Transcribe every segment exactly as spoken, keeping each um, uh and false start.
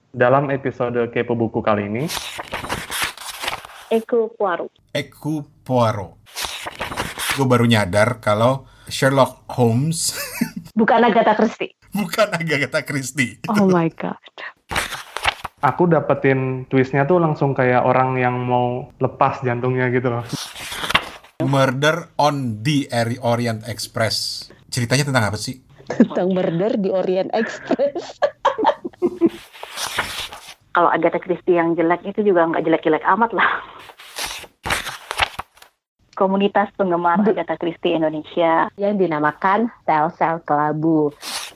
Dalam episode Kepo Buku kali ini, Hercule Poirot. Hercule Poirot. Gue baru nyadar kalau Sherlock Holmes Bukan Agatha Christie. bukan Agatha Christie. Oh my god. aku dapetin twistnya tuh langsung kayak orang yang mau lepas jantungnya gitu loh. Murder on the Orient Express. Ceritanya tentang apa sih? Tentang murder di Orient Express. Kalau Agatha Christie yang jelek itu juga nggak jelek-jelek amat lah. Komunitas penggemar Agatha Christie Indonesia yang dinamakan Sel-Sel Kelabu.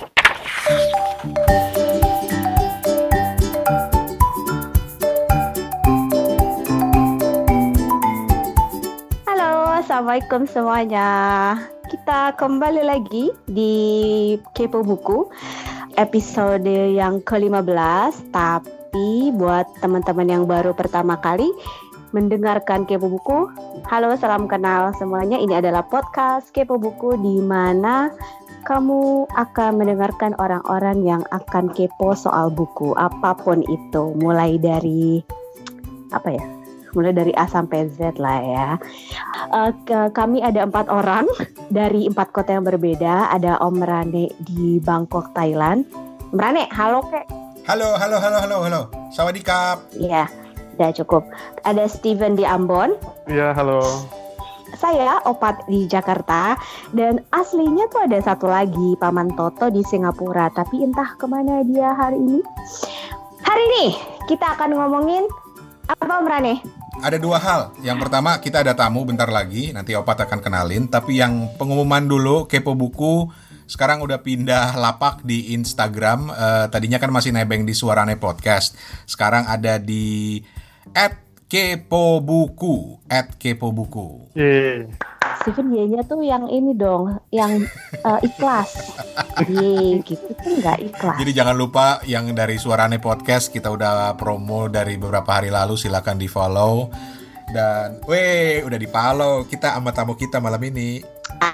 Halo, assalamualaikum semuanya. Kita kembali lagi di Kepo Buku, episode yang ke lima belas. Tapi buat teman-teman yang baru pertama kali mendengarkan Kepo Buku, halo, salam kenal semuanya. Ini adalah podcast Kepo Buku di mana kamu akan mendengarkan orang-orang yang akan kepo soal buku apapun itu, mulai dari apa ya? Mulai dari A sampai Z lah ya. Uh, ke, kami ada empat orang dari empat kota yang berbeda. Ada Om Rane di Bangkok, Thailand. Om Rane, halo kek. Halo, halo, halo, halo, halo. Sawadikap. Iya, udah cukup. Ada Steven di Ambon. Iya, halo. Saya Opat di Jakarta. Dan aslinya tuh ada satu lagi, Paman Toto di Singapura. Tapi entah kemana dia hari ini. Hari ini kita akan ngomongin apa, Om Rane? Ada dua hal. Yang pertama, kita ada tamu bentar lagi. Nanti Opat akan kenalin. Tapi yang pengumuman dulu, Kepo Buku sekarang udah pindah lapak di Instagram. Uh, tadinya kan masih nebeng di Suarane Podcast. Sekarang ada di at Kepo Buku. At Kepo Buku. Yeay. Steven Y-nya tuh yang ini dong, yang uh, ikhlas. Ye, gitu tuh nggak ikhlas. Jadi jangan lupa yang dari Suarane Podcast kita udah promo dari beberapa hari lalu, silakan di follow. Dan weh, udah di follow kita sama tamu kita malam ini.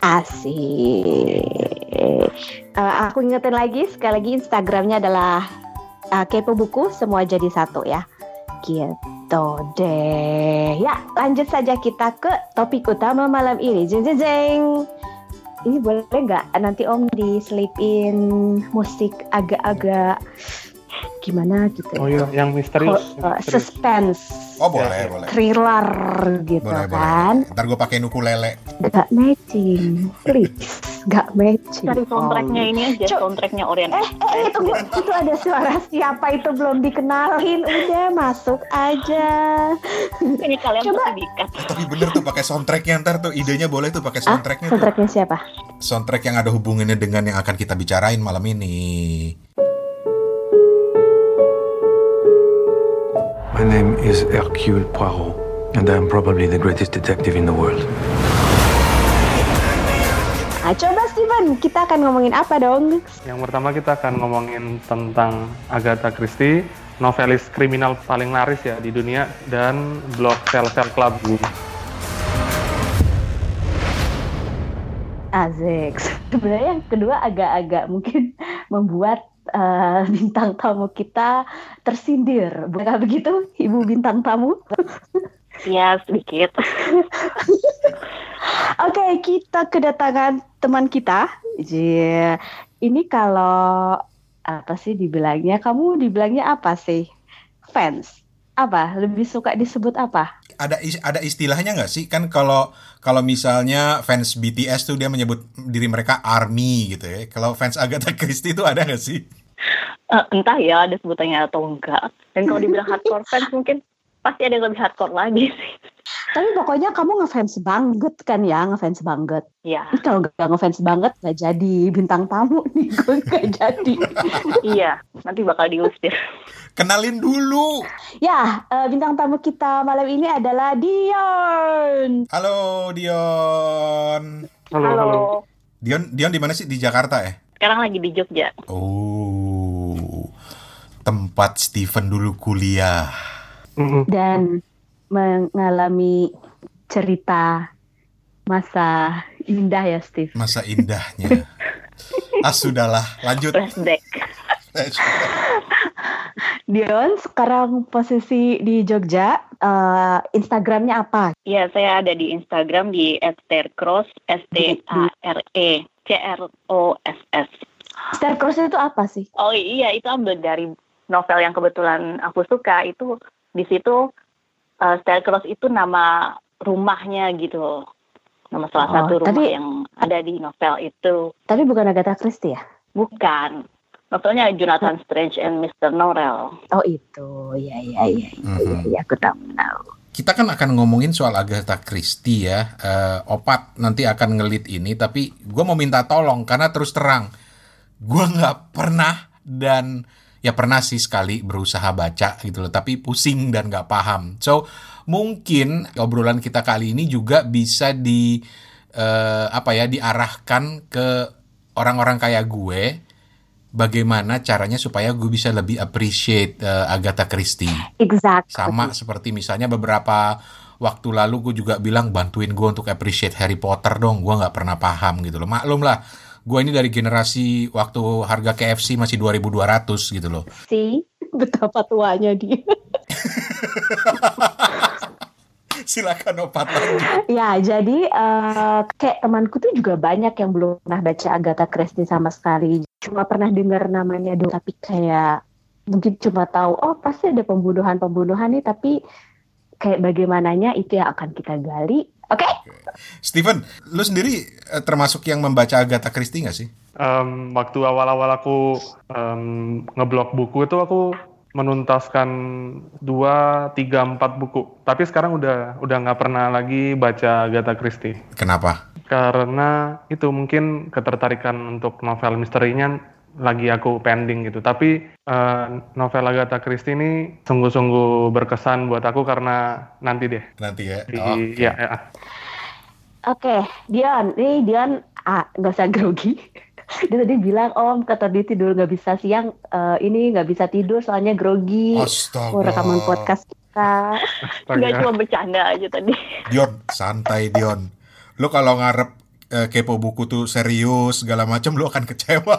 Asik. Uh, aku ingetin lagi, sekali lagi Instagramnya adalah uh, Kepo Buku, semua jadi satu ya. Gitu deh. Ya, lanjut saja kita ke topik utama malam ini. Jeng jeng jeng. Ini boleh nggak nanti Om diselipin musik agak-agak gimana gitu? Oh iya, yang misterius. Oh, uh, misterius. suspense. Oh boleh, Ya, ya. boleh. Thriller gitu Boleh, kan. boleh. Ntar gue pakein ukulele. Gak matching, please. Gak matching. Cari soundtracknya ini aja, Cuk. soundtracknya Orient. Eh, eh itu itu ada suara siapa itu belum dikenalin. Udah masuk aja. Ini kalian Coba. pasti diikat. Tapi bener tuh pakai soundtracknya, ntar tuh idenya boleh tuh pakai Ah, soundtracknya tuh. soundtracknya siapa? Soundtrack yang ada hubungannya dengan yang akan kita bicarain malam ini. My name is Hercule Poirot, and I'm probably the greatest detective in the world. Nah, coba Steven, kita akan ngomongin apa dong? Yang pertama kita akan ngomongin tentang Agatha Christie, novelis kriminal paling laris ya di dunia, dan blog Sel-Sel Kelabu. Asik. Sebenarnya yang kedua agak-agak mungkin membuat uh, bintang tamu kita tersindir. Bukan begitu, Ibu bintang tamu? Ya, sedikit. Oke, kita kedatangan teman kita. Jee. Ini kalau apa sih dibilangnya? Kamu dibilangnya apa sih? Fans? Apa? Lebih suka disebut apa? Ada is- ada istilahnya nggak sih? Kan kalau kalau misalnya fans B T S tuh dia menyebut diri mereka ARMY gitu ya. Kalau fans Agatha Christie itu ada nggak sih? Uh, entah ya ada sebutannya atau enggak. Dan kalau dibilang hardcore fans mungkin pasti ada yang lebih hardcore lagi sih. Tapi pokoknya kamu ngefans banget kan ya, ngefans banget. Ya, Ini kalau gak ngefans banget gak jadi bintang tamu nih, gue gak jadi. iya. Nanti bakal diusir. Kenalin dulu. Ya, eh, bintang tamu kita malam ini adalah Dion. Halo Dion. Halo, halo. Halo. Dion Dion di mana sih? Di Jakarta ya? Sekarang lagi di Jogja. Oh. Tempat Steven dulu kuliah. Mm-mm. Dan mengalami cerita masa indah ya, Steve. Masa indahnya. Ah sudahlah, lanjut. Flashback. Dion sekarang posisi di Jogja, uh, Instagramnya apa? Ya, saya ada di Instagram di et starcross, S T A R E C R O S S. Starcross itu apa sih? Oh iya, itu ambil dari novel yang kebetulan aku suka. Itu di situ uh, Starcross itu nama rumahnya gitu. Nama salah Oh, satu rumah tapi- yang ada di novel itu. Tapi bukan Agatha Christie ya? Bukan. Novelnya Jonathan Strange and mister Norrell. Oh itu, iya iya iya, iya, Mhm. iya, aku tahu tahu. Kita kan akan ngomongin soal Agatha Christie ya. Eh, Opat nanti akan ngelit ini, tapi gue mau minta tolong karena terus terang, gue nggak pernah dan ya pernah sih sekali berusaha baca gitu loh, tapi pusing dan nggak paham. So mungkin obrolan kita kali ini juga bisa di eh, apa ya diarahkan ke orang-orang kayak gue. Bagaimana caranya supaya gue bisa lebih appreciate uh, Agatha Christie. Exactly. Sama seperti misalnya beberapa waktu lalu gue juga bilang bantuin gue untuk appreciate Harry Potter dong. Gue gak pernah paham gitu loh. Maklum lah, gue ini dari generasi waktu harga K F C masih dua ribu dua ratus gitu loh. sih betapa tuanya dia. Silakan Opat lagi. Ya, jadi uh, kayak temanku tuh juga banyak yang belum pernah baca Agatha Christie sama sekali. Cuma pernah dengar namanya doang, tapi kayak mungkin cuma tahu, oh pasti ada pembunuhan-pembunuhan nih, tapi kayak bagaimananya itu yang akan kita gali. Oke? Okay? Steven, lu sendiri eh, termasuk yang membaca Agatha Christie gak sih? Um, waktu awal-awal aku um, ngeblok buku itu aku menuntaskan dua, tiga, empat buku. Tapi sekarang udah udah nggak pernah lagi baca Agatha Christie. Kenapa? Karena itu mungkin ketertarikan untuk novel misterinya lagi aku pending gitu. Tapi uh, novel Agatha Christie ini sungguh-sungguh berkesan buat aku karena nanti deh. Nanti ya. Di, Oke. ya, ya. Oke, Dion. Nih Dion, ah, nggak usah grogi. Dia tadi bilang, Om, kata dia tidur nggak bisa siang, uh, ini nggak bisa tidur soalnya grogi. Astaga. Mau rekaman podcast kita. Nggak cuma bercanda aja tadi. Dion, santai Dion. Lu kalau ngarep eh, kepo buku tuh serius segala macam, lu akan kecewa.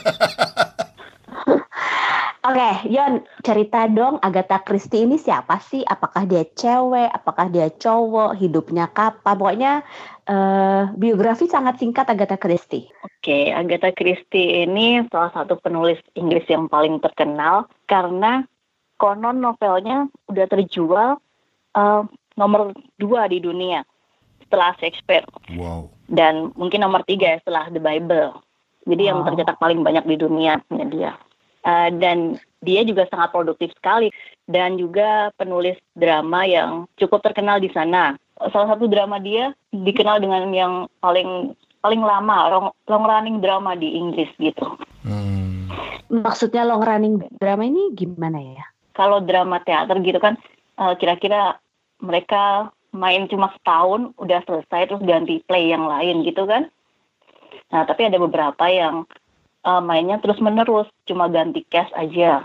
Oke, Yon, cerita dong Agatha Christie ini siapa sih? Apakah dia cewek? Apakah dia cowok? Hidupnya kapan? Pokoknya uh, biografi sangat singkat Agatha Christie. Oke, Agatha Christie ini salah satu penulis Inggris yang paling terkenal karena konon novelnya udah terjual uh, nomor dua di dunia setelah Shakespeare. Wow. Dan mungkin nomor tiga ya setelah The Bible. Jadi Wow. yang tercetak paling banyak di dunia punya dia. Uh, dan dia juga sangat produktif sekali. Dan juga penulis drama yang cukup terkenal di sana. Salah satu drama dia dikenal dengan yang paling paling lama, long, long running drama di Inggris gitu. Hmm. Maksudnya long running drama ini gimana ya? Kalau drama teater gitu kan, uh, kira-kira mereka main cuma setahun, udah selesai, terus ganti play yang lain gitu kan. Nah, tapi ada beberapa yang uh, mainnya terus-menerus, cuma ganti cast aja.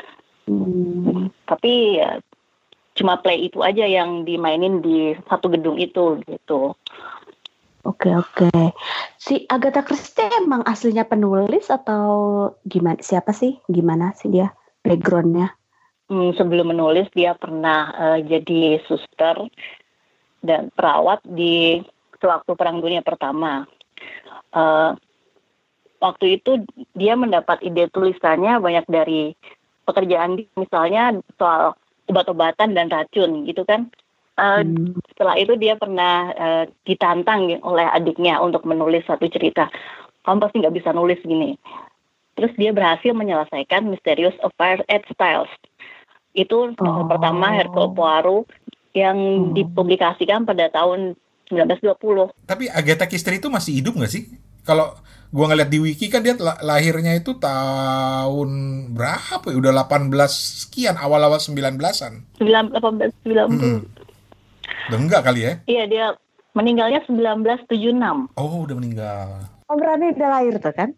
Hmm. Tapi ya, cuma play itu aja yang dimainin di satu gedung itu gitu. Oke, oke. Si Agatha Christie emang aslinya penulis atau gimana? Siapa sih? Gimana sih dia backgroundnya? Hmm, sebelum menulis dia pernah uh, jadi suster dan perawat di sewaktu Perang Dunia Pertama. Uh, waktu itu dia mendapat ide tulisannya banyak dari pekerjaan dia, misalnya soal obat-obatan dan racun gitu kan. Uh, Hmm. Setelah itu dia pernah uh, ditantang oleh adiknya untuk menulis satu cerita. Kamu pasti nggak bisa nulis gini. Terus dia berhasil menyelesaikan Mysterious Affair at Styles. Itu novel Oh. pertama Hercule Poirot yang Oh. dipublikasikan pada tahun sembilan belas dua puluh. Tapi Agatha Christie itu masih hidup nggak sih? Kalau gua ngeliat di wiki kan dia la- lahirnya itu tahun berapa ya? Udah delapan belas sekian, awal-awal sembilan belasan. delapan belas sembilan puluh. Mm-mm. Udah enggak kali ya? Iya, dia meninggalnya sembilan belas tujuh puluh enam. Oh, udah meninggal. Oh, berarti udah lahir tuh kan?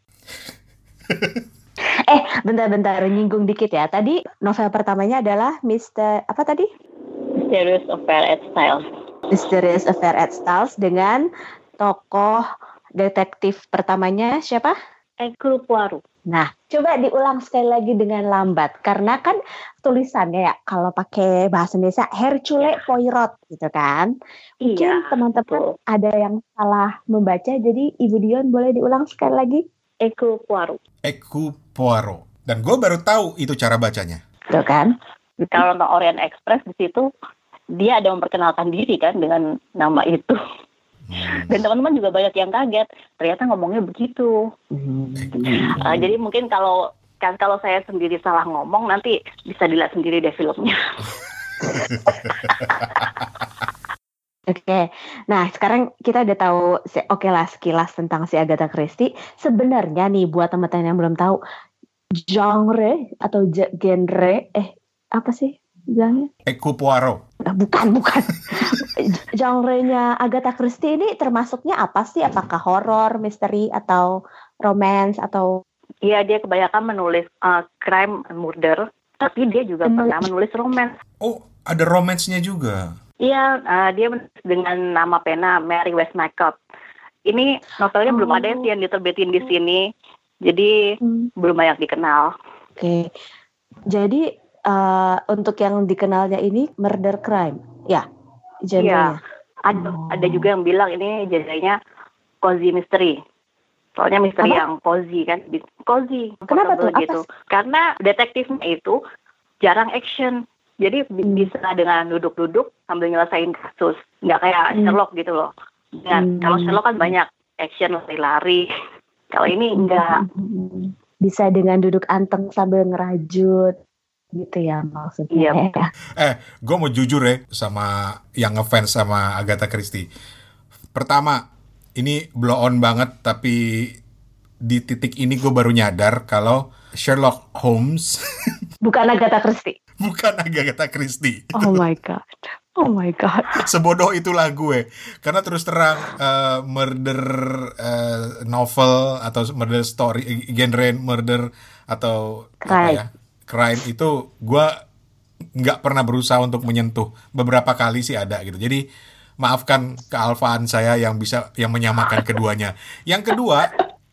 eh, bentar-bentar nyinggung dikit ya. Tadi novel pertamanya adalah mister apa tadi? Mysterious Affair at Styles. Mysterious Affair at Styles dengan tokoh detektif pertamanya siapa? Hercule Poirot. Nah, coba diulang sekali lagi dengan lambat. Karena kan tulisannya ya, kalau pakai bahasa Indonesia, Hercule Poirot gitu kan. Mungkin Iya, teman-teman betul. ada yang salah membaca, jadi Ibu Dion boleh diulang sekali lagi? Hercule Poirot. Hercule Poirot. Dan gue baru tahu itu cara bacanya. Tuh kan? Kalau nonton Orient Express di situ, dia ada memperkenalkan diri kan dengan nama itu. Hmm. Dan teman-teman juga banyak yang kaget, ternyata ngomongnya begitu. Hmm. Uh, jadi mungkin kalau kan kalau saya sendiri salah ngomong, nanti bisa dilihat sendiri deh filmnya. Oke, nah sekarang kita udah tahu, oke okay lah sekilas tentang si Agatha Christie. Sebenarnya nih buat teman-teman yang belum tahu, genre atau j- genre, eh apa sih bilangnya? Hercule Poirot. Nah, bukan, bukan. Genre-nya Agatha Christie ini termasuknya apa sih? Apakah horor, misteri, atau romance, atau... Iya, dia kebanyakan menulis uh, crime and murder, tapi dia juga Menulis. pernah menulis romance. Oh, ada romance-nya juga. Iya, uh, dia menulis dengan nama pena Mary Westmacott. Ini novelnya Oh. belum ada sih yang diterbitin di sini, jadi Hmm. belum banyak dikenal. Oke, jadi uh, untuk yang dikenalnya ini murder crime, ya, genre-nya. Ada, Oh. ada juga yang bilang ini genrenya cozy mystery. Soalnya misteri Apa? yang cozy kan, cozy, Kenapa tuh? comfortable Apa gitu. sih? Karena detektifnya itu jarang action. Jadi bi- Hmm. bisa dengan duduk-duduk sambil nyelesain kasus. Nggak kayak Hmm. Sherlock gitu loh. Dan Hmm. kalau Sherlock kan banyak action, lari-lari. Kalau ini enggak. Hmm. Bisa dengan duduk anteng sambil ngerajut, gitu ya maksudnya. Iya, ya. Eh, gue mau jujur ya sama yang ngefans sama Agatha Christie. Pertama, ini blow on banget, tapi di titik ini gue baru nyadar kalau Sherlock Holmes Bukan Agatha Christie. bukan Agatha Christie. Oh my god. Oh my god. Sebodoh itulah gue. Karena terus terang eh, murder eh, novel atau murder story, genre murder atau apa Crime. ya, crime itu gue nggak pernah berusaha untuk menyentuh. Beberapa kali sih ada gitu. Jadi maafkan kealfaan saya yang bisa yang menyamakan keduanya. Yang kedua,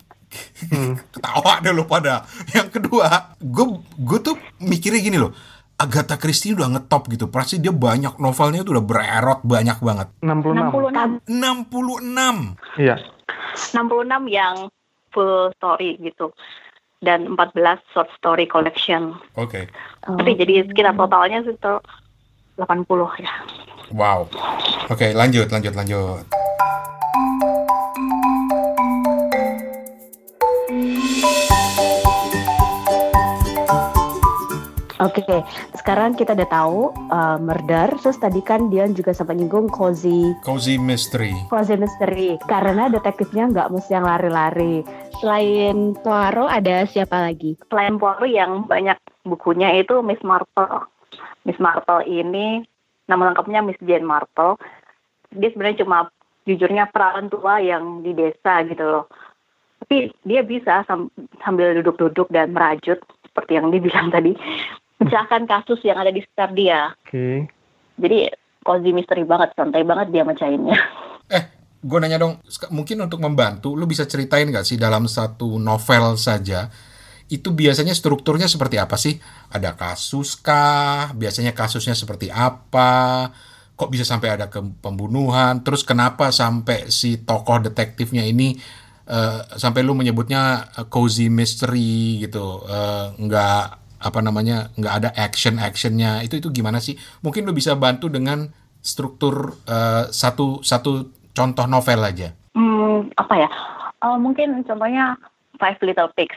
ketawa deh lo pada. Yang kedua, gue gue tuh mikirnya gini loh. Agatha Christie udah ngetop gitu. Pasti dia banyak novelnya tuh udah bererot banyak banget. enam puluh enam. enam puluh enam. enam puluh enam. Iya. enam puluh enam yang full story gitu. Dan empat belas short story collection. Oke. Oh. Tapi jadi sekitar totalnya itu delapan puluh ya. Wow. Oke, lanjut, lanjut, lanjut. Oke, sekarang kita udah tahu uh, murder. Terus tadi kan Dion juga sempat nyinggung cozy, Cozy Mystery. cozy mystery. Karena detektifnya nggak mesti yang lari-lari. Selain Poirot ada siapa lagi? Selain Poirot yang banyak bukunya itu Miss Marple. Miss Marple ini nama lengkapnya Miss Jane Marple. Dia sebenarnya cuma jujurnya perawan tua yang di desa gitu loh. Tapi dia bisa sam- sambil duduk-duduk dan merajut seperti yang dibilang tadi, pecahkan kasus yang ada di sekitar dia. Oke. Jadi cozy mystery banget, santai banget dia mecahinnya. Eh, gue nanya dong, sek- mungkin untuk membantu, lu bisa ceritain nggak sih dalam satu novel saja, itu biasanya strukturnya seperti apa sih? Ada kasus kah? Biasanya kasusnya seperti apa? Kok bisa sampai ada ke- pembunuhan? Terus kenapa sampai si tokoh detektifnya ini eh, sampai lu menyebutnya eh, cozy mystery gitu, eh, nggak apa namanya, nggak ada action actionnya, itu itu gimana sih? Mungkin lu bisa bantu dengan struktur eh, satu satu contoh novel aja. Hmm, apa ya? Eh, mungkin contohnya Five Little Pigs.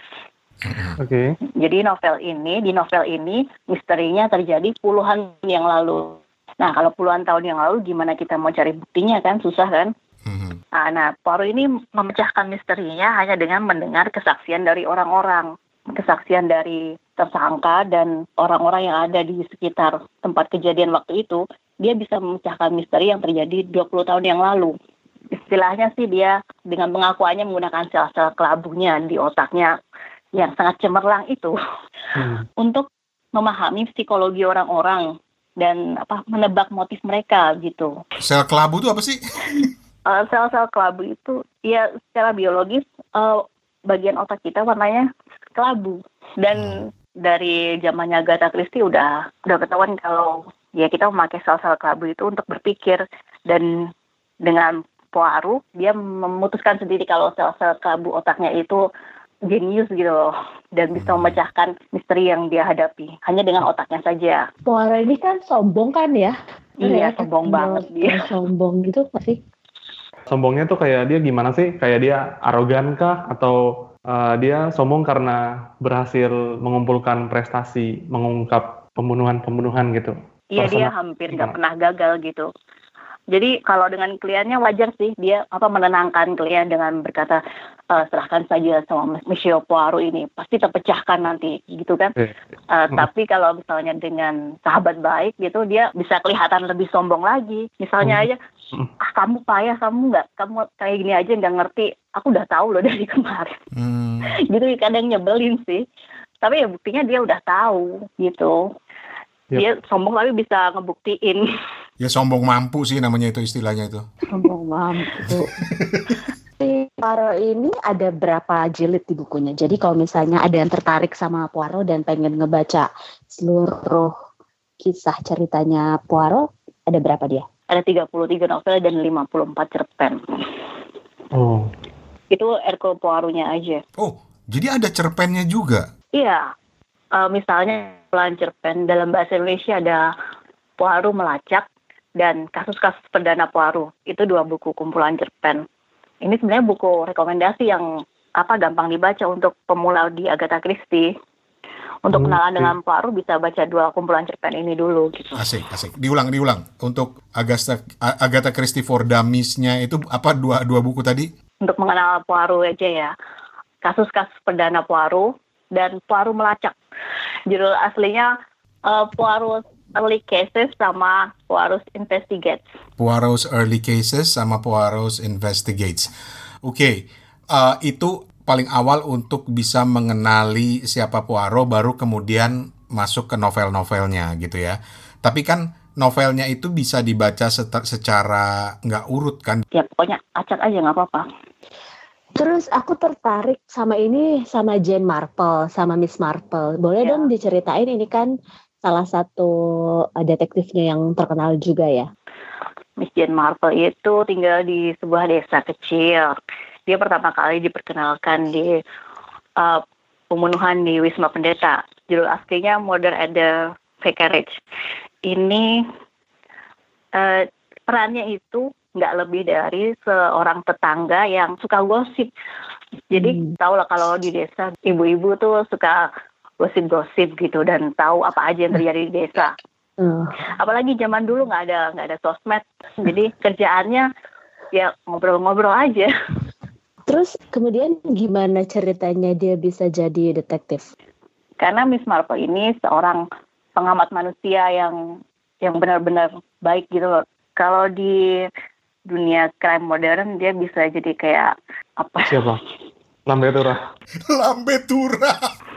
Oke. Jadi novel ini, di novel ini misterinya terjadi puluhan yang lalu. Nah, kalau puluhan tahun yang lalu gimana kita mau cari buktinya kan? Susah kan? Mhm. Nah, nah, Poirot ini memecahkan misterinya hanya dengan mendengar kesaksian dari orang-orang. Kesaksian dari tersangka dan orang-orang yang ada di sekitar tempat kejadian waktu itu. Dia bisa memecahkan misteri yang terjadi dua puluh tahun yang lalu. Istilahnya sih dia dengan pengakuannya menggunakan sel-sel kelabunya di otaknya yang sangat cemerlang itu Hmm. untuk memahami psikologi orang-orang dan apa menebak motif mereka gitu. Sel kelabu itu apa sih? Uh, sel-sel kelabu itu ya secara biologis uh, bagian otak kita warnanya kelabu. Dan dari zamannya Agatha Christie udah udah ketahuan kalau ya kita memakai sel-sel kelabu itu untuk berpikir, dan dengan Poirot dia memutuskan sendiri kalau sel-sel kelabu otaknya itu jenius gitu loh, dan bisa memecahkan misteri yang dia hadapi hanya dengan otaknya saja. Poirot ini kan sombong kan ya? Iya, sombong banget dia. Sombong gitu pasti. Sombongnya tuh kayak dia gimana sih? Kayak dia arogan kah? Atau uh, dia sombong karena berhasil mengumpulkan prestasi, mengungkap pembunuhan-pembunuhan gitu? Iya, dia hampir nggak pernah gagal gitu. Jadi kalau dengan kliennya wajar sih dia apa menenangkan klien dengan berkata e, serahkan saja sama Monsieur Poirot ini, pasti terpecahkan nanti gitu kan. Uh, hmm. Tapi kalau misalnya dengan sahabat baik gitu dia bisa kelihatan lebih sombong lagi. Misalnya aja ah kamu payah, kamu nggak kamu kayak gini aja nggak ngerti, aku udah tahu loh dari kemarin. Hmm. Gitu kadang nyebelin sih. Tapi ya buktinya dia udah tahu gitu. Yep. Dia sombong tapi bisa ngebuktiin. Ya sombong mampu sih namanya itu istilahnya itu. Sombong mampu. Si Poirot ini ada berapa jilid di bukunya? Jadi kalau misalnya ada yang tertarik sama Poirot dan pengen ngebaca seluruh kisah ceritanya Poirot, ada berapa dia? Ada tiga puluh tiga novel dan lima puluh empat cerpen. Oh. Itu Hercule Poirot-nya aja. Oh, jadi ada cerpennya juga? Iya. Uh, misalnya kumpulan cerpen dalam bahasa Indonesia ada Poirot Melacak dan Kasus-kasus Perdana Poirot. Itu dua buku kumpulan cerpen. Ini sebenarnya buku rekomendasi yang apa gampang dibaca untuk pemula di Agatha Christie. Untuk hmm, kenalan okay. dengan Poirot bisa baca dua kumpulan cerpen ini dulu gitu. Asik, asik. Diulang, diulang. Untuk Agatha Agatha Christie for Dummies-nya itu apa dua dua buku tadi? Untuk mengenal Poirot aja ya. Kasus-kasus Perdana Poirot dan Poirot Melacak. Judul aslinya uh, Poirot's Early Cases sama Poirot's Investigates. Poirot's Early Cases sama Poirot's Investigates. Oke, okay. uh, itu paling awal untuk bisa mengenali siapa Poirot, baru kemudian masuk ke novel-novelnya gitu ya. Tapi kan novelnya itu bisa dibaca set- secara nggak urut kan? Ya pokoknya acak aja nggak apa-apa. Terus aku tertarik sama ini, sama Jane Marple, sama Miss Marple. Boleh ya. Dong diceritain, ini kan salah satu detektifnya yang terkenal juga ya. Miss Jane Marple itu tinggal di sebuah desa kecil. Dia pertama kali diperkenalkan di uh, pembunuhan di Wisma Pendeta. Judul aslinya Murder at the Vicarage. Ini uh, perannya itu nggak lebih dari seorang tetangga yang suka gosip. Jadi hmm. tahu lah kalau di desa ibu-ibu tuh suka gosip-gosip gitu dan tahu apa aja yang terjadi di desa. Hmm. Apalagi zaman dulu nggak ada nggak ada sosmed, jadi kerjaannya ya ngobrol-ngobrol aja. Terus kemudian gimana ceritanya dia bisa jadi detektif? Karena Miss Marple ini seorang pengamat manusia yang yang benar-benar baik gitu loh. Kalau di dunia crime modern dia bisa jadi kayak apa? Siapa? Lambe Tura. Lambe Tura.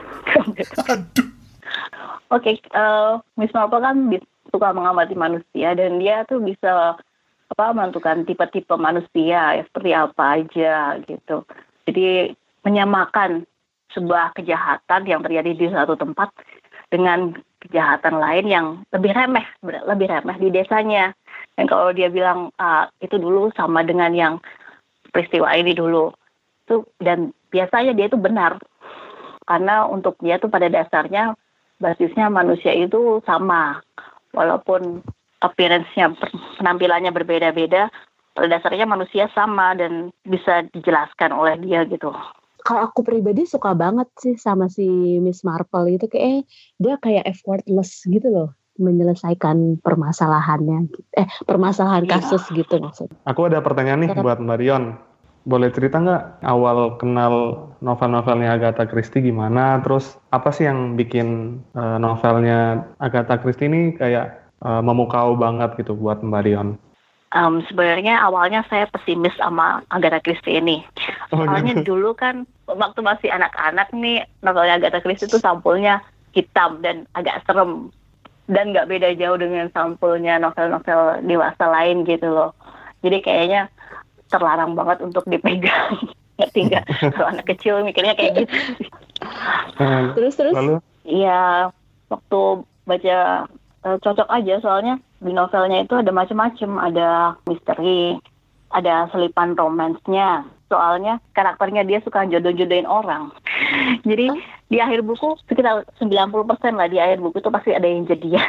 Aduh. Oke, okay, uh, Miss Marple kan suka mengamati manusia dan dia tuh bisa apa menentukan tipe-tipe manusia ya, seperti apa aja gitu. Jadi menyamakan sebuah kejahatan yang terjadi di satu tempat dengan kejahatan lain yang lebih remeh, lebih remeh di desanya. Dan kalau dia bilang ah, itu dulu sama dengan yang peristiwa ini dulu, itu dan biasanya dia itu benar karena untuk dia tuh pada dasarnya basisnya manusia itu sama, walaupun appearance-nya penampilannya berbeda-beda, pada dasarnya manusia sama dan bisa dijelaskan oleh dia gitu. Kalau aku pribadi suka banget sih sama si Miss Marple itu, kayak dia kayak effortless gitu loh menyelesaikan permasalahannya, eh permasalahan kasus iya. gitu maksudnya. Aku ada pertanyaan nih buat Mbak Rion. Boleh cerita nggak awal kenal novel-novelnya Agatha Christie gimana? Terus apa sih yang bikin uh, novelnya Agatha Christie ini kayak uh, memukau banget gitu buat Mbak Rion? Um, sebenarnya awalnya saya pesimis sama Agatha Christie ini. Oh, Soalnya gitu. Dulu kan waktu masih anak-anak nih novelnya Agatha Christie itu sampulnya hitam dan agak serem. Dan nggak beda jauh dengan sampulnya novel-novel dewasa lain gitu loh. Jadi kayaknya terlarang banget untuk dipegang. Ngerti nggak? Kalau anak kecil mikirnya kayak gitu. Nah, Terus terus. lalu Iya, waktu baca eh, cocok aja soalnya di novelnya itu ada macam-macam, ada misteri, ada selipan romansnya. Soalnya karakternya dia suka jodoh-jodohin orang. Jadi di akhir buku sekitar sembilan puluh persen lah di akhir buku itu pasti ada yang jadian.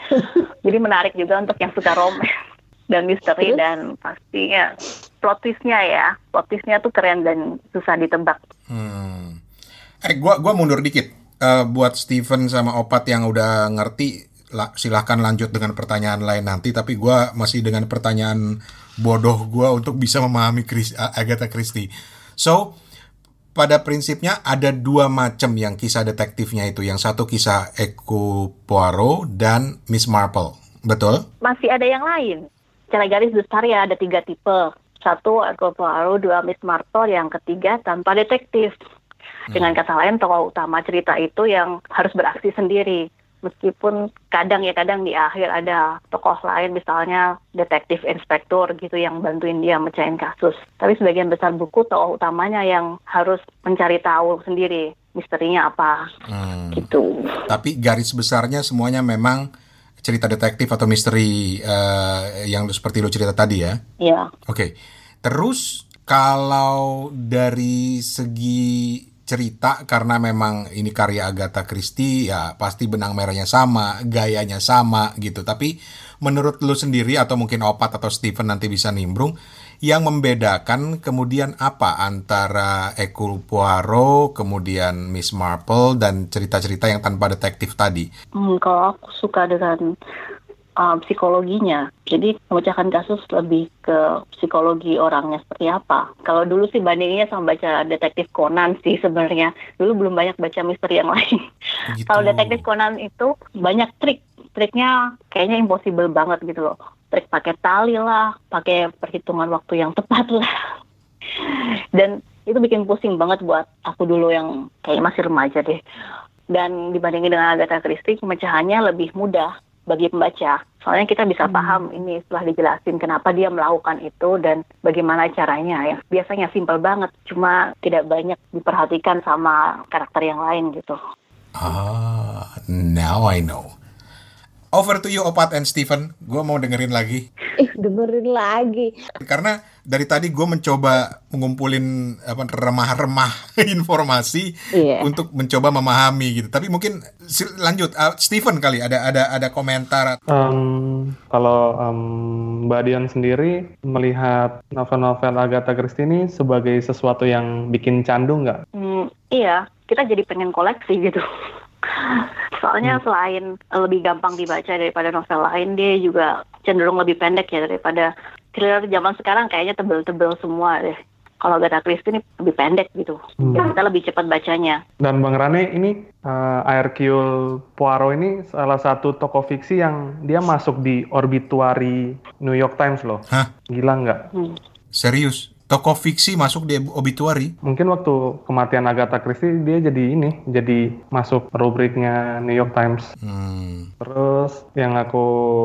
Jadi menarik juga untuk yang suka romans dan misteri. Terus? Dan pastinya plot twist-nya ya. Plot twist-nya tuh keren dan susah ditebak. Hmm. Eh, gua gua mundur dikit. Eh, buat Steven sama Opat yang udah ngerti, la- silahkan lanjut dengan pertanyaan lain nanti. Tapi gua masih dengan pertanyaan bodoh gua untuk bisa memahami Chris, Agatha Christie. So, pada prinsipnya ada dua macam yang kisah detektifnya itu. Yang satu kisah Hercule Poirot dan Miss Marple. Betul? Masih ada yang lain. Secara garis besar ya ada tiga tipe. Satu Hercule Poirot, dua Miss Marple, yang ketiga tanpa detektif. Dengan kata lain, tokoh utama cerita itu yang harus beraksi sendiri. Meskipun kadang ya kadang di akhir ada tokoh lain, misalnya detektif inspektur gitu yang bantuin dia mecahin kasus. Tapi sebagian besar buku tokoh utamanya yang harus mencari tahu sendiri misterinya apa. Hmm. Gitu. Tapi garis besarnya semuanya memang cerita detektif atau misteri eh, yang seperti lu cerita tadi ya. Iya. Oke. Terus kalau dari segi cerita, karena memang ini karya Agatha Christie, ya pasti benang merahnya sama, gayanya sama gitu. Tapi menurut lu sendiri atau mungkin Opat atau Steven nanti bisa nimbrung, yang membedakan kemudian apa antara Hercule Poirot, kemudian Miss Marple, dan cerita-cerita yang tanpa detektif tadi? Hmm, kalau aku suka dengan uh, psikologinya. Jadi memecahkan kasus lebih ke psikologi orangnya seperti apa. Kalau dulu sih bandinginnya sama baca detektif Conan sih sebenarnya. Dulu belum banyak baca misteri yang lain. Gitu. Kalau detektif Conan itu banyak trik. Triknya kayaknya impossible banget gitu loh. Trik pakai tali lah, pakai perhitungan waktu yang tepat lah. Dan itu bikin pusing banget buat aku dulu yang kayaknya masih remaja deh. Dan dibandingin dengan Agatha Christie, pemecahannya lebih mudah bagi pembaca. Soalnya kita bisa paham ini setelah dijelasin kenapa dia melakukan itu dan bagaimana caranya. Ya biasanya simpel banget, cuma tidak banyak diperhatikan sama karakter yang lain gitu. Ah, now I know. Over to you Opat and Steven. Gue mau dengerin lagi. Ih, dengerin lagi. Karena dari tadi gue mencoba mengumpulin apa remah-remah informasi Iya. untuk mencoba memahami gitu. Tapi mungkin sil- lanjut uh, Steven kali ada ada ada komentar. Em, kalau em, Mbak Dian sendiri melihat novel-novel Agatha Christie ini sebagai sesuatu yang bikin candu nggak? Hmm, iya, kita jadi pengen koleksi gitu. Soalnya selain lebih gampang dibaca daripada novel lain, dia juga cenderung lebih pendek ya daripada thriller zaman sekarang kayaknya tebel-tebel semua deh. Kalau Agatha Christie ini lebih pendek gitu. Hmm. Ya, kita lebih cepat bacanya. Dan Bang Rane ini uh, Hercule Poirot ini salah satu tokoh fiksi yang dia masuk di obituary New York Times loh. Hah? Gila nggak? Hmm. Serius? Tokoh fiksi masuk di obituary? Mungkin waktu kematian Agatha Christie dia jadi ini, jadi masuk rubriknya New York Times. Hmm. Terus yang aku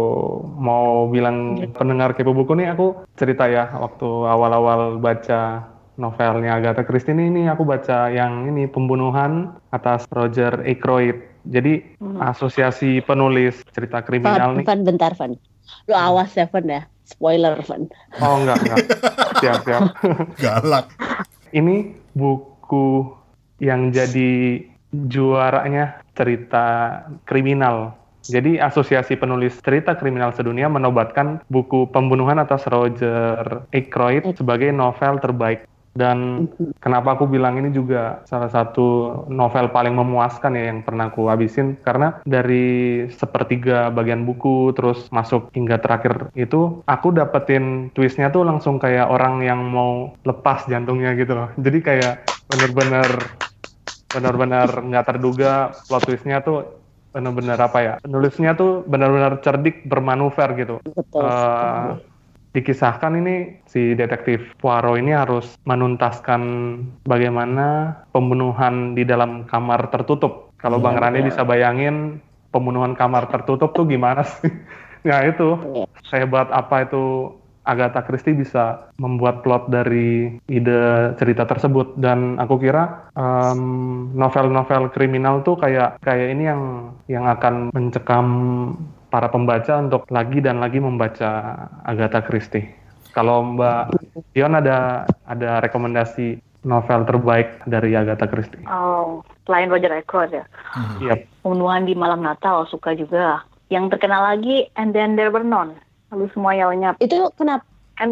mau bilang pendengar Kepo Buku nih, aku cerita ya waktu awal-awal baca novelnya Agatha Christie ini, ini aku baca yang ini Pembunuhan atas Roger Ackroyd. Jadi asosiasi penulis cerita kriminal Van, nih. Van, bentar, Van. Lu awas ya, Van ya. Spoiler, Van. Oh enggak, enggak. Siap, siap. Galak. Ini buku yang jadi juaranya cerita kriminal. Jadi asosiasi penulis cerita kriminal sedunia menobatkan buku Pembunuhan atas Roger Ackroyd sebagai novel terbaik. Dan kenapa aku bilang ini juga salah satu novel paling memuaskan ya yang pernah aku habisin, karena dari sepertiga bagian buku terus masuk hingga terakhir itu aku dapetin twistnya tuh langsung kayak orang yang mau lepas jantungnya gitu loh. Jadi kayak bener-bener benar-benar nggak terduga plot twistnya tuh, benar-benar apa ya, penulisnya tuh benar-benar cerdik bermanuver gitu. Betul. Uh, dikisahkan ini si detektif Poirot ini harus menuntaskan bagaimana pembunuhan di dalam kamar tertutup. Kalau Bang Rani bisa bayangin pembunuhan kamar tertutup tuh gimana sih? Ya itu, sehebat apa itu Agatha Christie bisa membuat plot dari ide cerita tersebut. Dan aku kira um, novel-novel kriminal tuh kayak kayak ini yang yang akan mencekam para pembaca untuk lagi dan lagi membaca Agatha Christie. Kalau Mbak Dion ada ada rekomendasi novel terbaik dari Agatha Christie? Oh, selain Roger Ackroyd ya. Hmm. Yep. Pembunuhan di Malam Natal suka juga. Yang terkenal lagi And Then There Were None. Lalu semuanya lenyap. Itu kenapa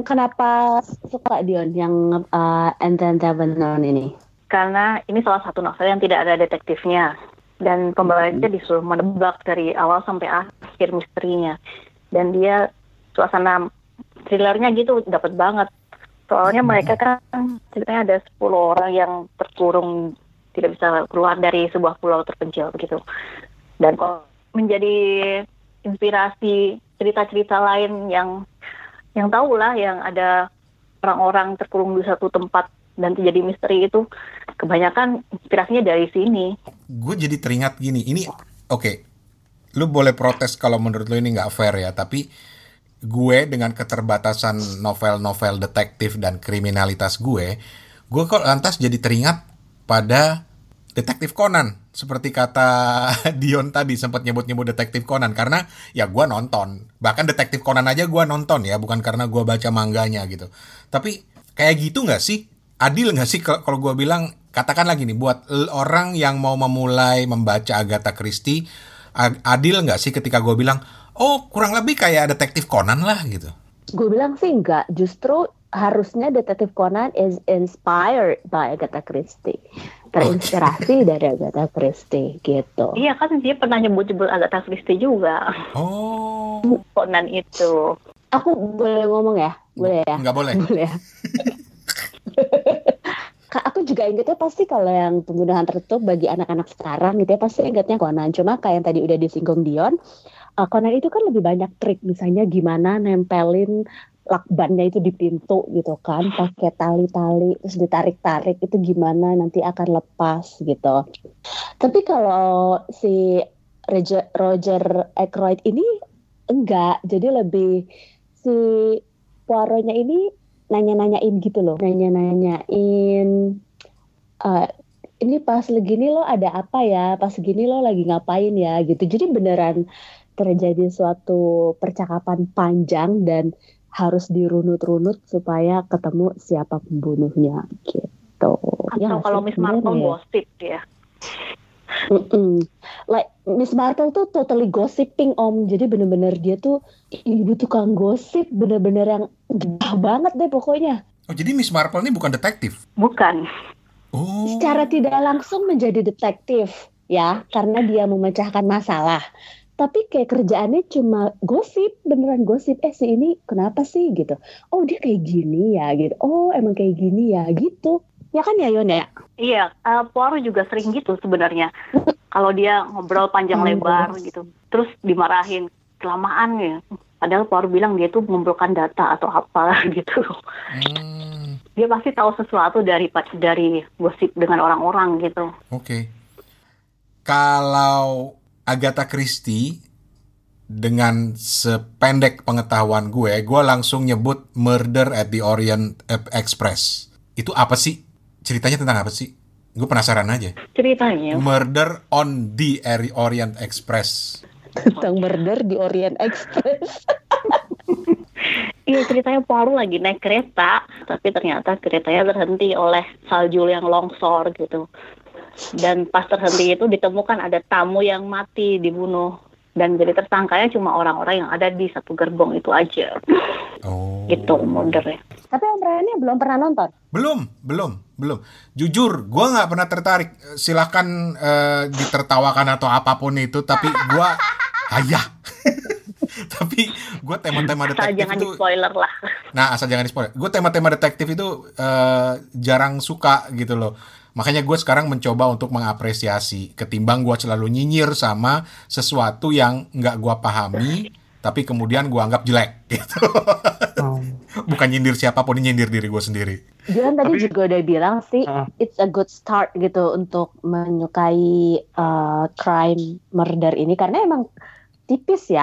kenapa suka Dion yang uh, And Then There Were None ini? Karena ini salah satu novel yang tidak ada detektifnya. Dan pembacanya disuruh menebak dari awal sampai akhir misterinya. Dan dia suasana thrillernya gitu dapat banget. Soalnya mereka kan ceritanya ada sepuluh orang yang terkurung tidak bisa keluar dari sebuah pulau terpencil begitu. Dan kok menjadi inspirasi cerita-cerita lain yang yang tahu lah yang ada orang-orang terkurung di satu tempat dan terjadi misteri itu kebanyakan inspirasinya dari sini. Gue jadi teringat gini, ini oke, okay, lu boleh protes kalau menurut lu ini nggak fair ya, tapi gue dengan keterbatasan novel-novel detektif dan kriminalitas gue, gue kok lantas jadi teringat pada Detektif Conan. Seperti kata Dion tadi sempat nyebut-nyebut Detektif Conan, karena ya gue nonton, bahkan Detektif Conan aja gue nonton ya, bukan karena gue baca mangganya gitu. Tapi kayak gitu nggak sih? Adil nggak sih kalau gue bilang, katakan lagi nih, buat orang yang mau memulai membaca Agatha Christie, adil nggak sih ketika gue bilang, oh kurang lebih kayak Detektif Conan lah gitu? Gue bilang sih enggak, justru harusnya Detektif Conan is inspired by Agatha Christie. Terinspirasi dari Agatha Christie gitu. Iya kan dia pernah nyebut-nyebut Agatha Christie juga. Oh. Conan itu. Aku boleh ngomong ya? Boleh ya? Enggak boleh. Boleh ya? Aku juga ingetnya pasti kalau yang pembunuhan tertutup bagi anak-anak sekarang gitu ya, pasti ingetnya Conan. Cuma kayak yang tadi udah disinggung Dion, uh, Conan itu kan lebih banyak trik. Misalnya gimana nempelin lakbannya itu di pintu gitu kan, pakai tali-tali terus ditarik-tarik, itu gimana nanti akan lepas gitu. Tapi kalau si Roger, Roger Ackroyd ini enggak, jadi lebih si Poirotnya ini nanya-nanyain gitu loh, nanya-nanyain uh, ini pas segini lo ada apa ya, pas segini lo lagi ngapain ya gitu. Jadi beneran terjadi suatu percakapan panjang dan harus dirunut-runut supaya ketemu siapa pembunuhnya gitu. Atau ya, kalau Miss Marple ya. gosip ya. Mm-mm. Like Miss Marple tuh totally gossiping om, jadi bener-bener dia tuh ibu tukang gosip, bener-bener yang gede banget deh pokoknya. Oh jadi Miss Marple ini bukan detektif? Bukan. Oh. Secara tidak langsung menjadi detektif ya, karena dia memecahkan masalah. Tapi kayak kerjaannya cuma gosip, beneran gosip. Eh si ini kenapa sih gitu? Oh dia kayak gini ya gitu. Oh emang kayak gini ya gitu. Ya kan ya Yon ya? Iya, uh, Poirot juga sering gitu sebenarnya. Kalau dia ngobrol panjang lebar gitu, terus dimarahin kelamaan ya. Padahal Poirot bilang dia tuh mengumpulkan data atau apa gitu. Hmm. Dia pasti tahu sesuatu dari dari gosip dengan orang-orang gitu. Oke. Okay. Kalau Agatha Christie, dengan sependek pengetahuan gue, gue langsung nyebut Murder at the Orient Express. Itu apa sih? Ceritanya tentang apa sih? Gue penasaran aja. Ceritanya? Murder on the Orient Express. Tentang murder di Orient Express. Iya, ceritanya Poirot lagi naik kereta, tapi ternyata keretanya terhenti oleh salju yang longsor gitu. Dan pas terhenti itu ditemukan ada tamu yang mati dibunuh, dan jadi tersangkanya cuma orang-orang yang ada di satu gerbong itu aja. Oh. Gitu murdernya. Tapi Om Rani belum pernah nonton? Belum, belum, belum. Jujur, gue nggak pernah tertarik. Silakan uh, ditertawakan atau apapun itu, tapi gue ayah. Tapi gue tema-tema detektif asal jangan itu, di spoiler lah. Nah, asal jangan di spoiler. Gue tema-tema detektif itu uh, jarang suka gitu loh. Makanya gue sekarang mencoba untuk mengapresiasi, ketimbang gue selalu nyinyir sama sesuatu yang nggak gue pahami, tapi kemudian gue anggap jelek gitu. Oh. Bukan nyindir siapapun, nyindir diri gue sendiri. Jangan tadi Tapi, juga udah bilang sih, uh, it's a good start gitu untuk menyukai uh, crime murder ini, karena emang tipis ya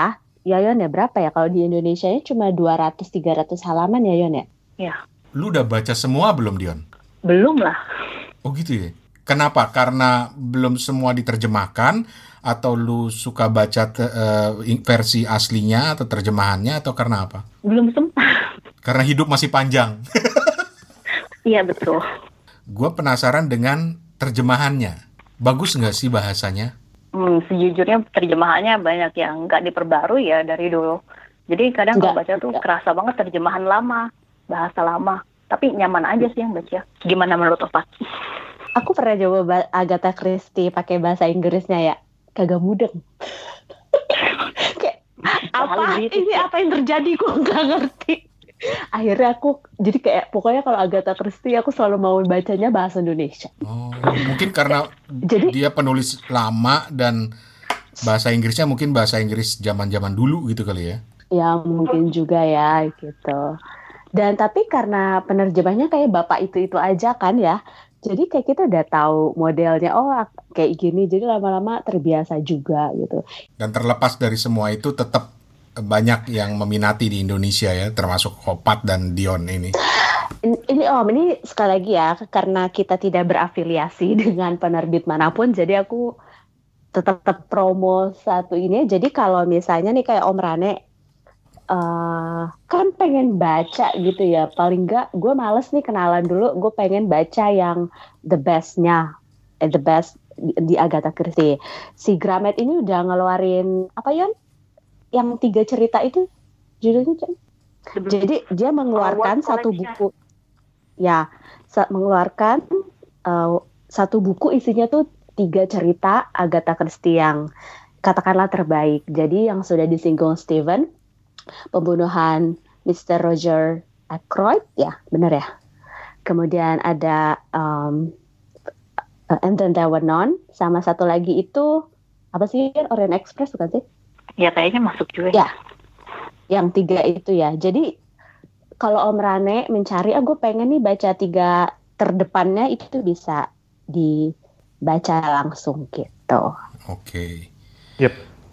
ya Yon ya, berapa ya? Kalau di Indonesianya cuma dua ratus tiga ratus halaman ya Yon ya? Ya, Lu udah baca semua belum, Dion? belum lah. Oh gitu ya? Kenapa? Karena belum semua diterjemahkan? Atau lu suka baca te- eh, versi aslinya atau terjemahannya? Atau karena apa? Belum sempat. Karena hidup masih panjang. Iya, betul. Gue penasaran dengan terjemahannya. Bagus nggak sih bahasanya? Hmm, sejujurnya terjemahannya banyak yang nggak diperbarui ya dari dulu. Jadi kadang kalau Nggak, baca tuh nggak. kerasa banget terjemahan lama, bahasa lama. Tapi nyaman aja sih yang baca. Gimana menurut Opat? Aku pernah coba ba- Agatha Christie pakai bahasa Inggrisnya ya, kagak mudeng. Kayak apa? Terlalu British Ini ya. apa yang terjadi? Gue nggak ngerti. Akhirnya aku jadi kayak pokoknya kalau Agatha Christie aku selalu mau bacanya bahasa Indonesia. Oh, mungkin karena Jadi- dia penulis lama dan bahasa Inggrisnya mungkin bahasa Inggris zaman-zaman dulu gitu kali ya. Ya mungkin juga ya gitu. Dan tapi karena penerjemahnya kayak bapak itu-itu aja kan ya. Jadi kayak kita udah tahu modelnya, oh kayak gini. Jadi lama-lama terbiasa juga gitu. Dan terlepas dari semua itu tetap banyak yang meminati di Indonesia ya, termasuk Opat dan Dion ini. Ini, ini Om, ini sekali lagi ya, karena kita tidak berafiliasi dengan penerbit manapun, jadi aku tetap, tetap promo satu ini. Jadi kalau misalnya nih kayak Om Rane, uh, kan pengen baca gitu ya, paling nggak gue males nih kenalan dulu, gue pengen baca yang the bestnya, eh, the best di, di Agatha Christie. Si Gramet ini udah ngeluarin, apa Yon? Yang tiga cerita itu, judulnya Jon? Jadi dia mengeluarkan Award satu Collection. buku, ya, sa- mengeluarkan uh, satu buku isinya tuh tiga cerita Agatha Christie yang katakanlah terbaik. Jadi yang sudah disinggung Steven, pembunuhan mister Roger Ackroyd, ya benar ya. Kemudian ada um, uh, And Then There Were None, sama satu lagi itu apa sih, Orient Express bukan sih? Ya kayaknya masuk juga. Ya, yang tiga itu ya. Jadi kalau Om Rane mencari, ah gue pengen nih baca tiga terdepannya, itu tuh bisa dibaca langsung gitu. Oke. Yep.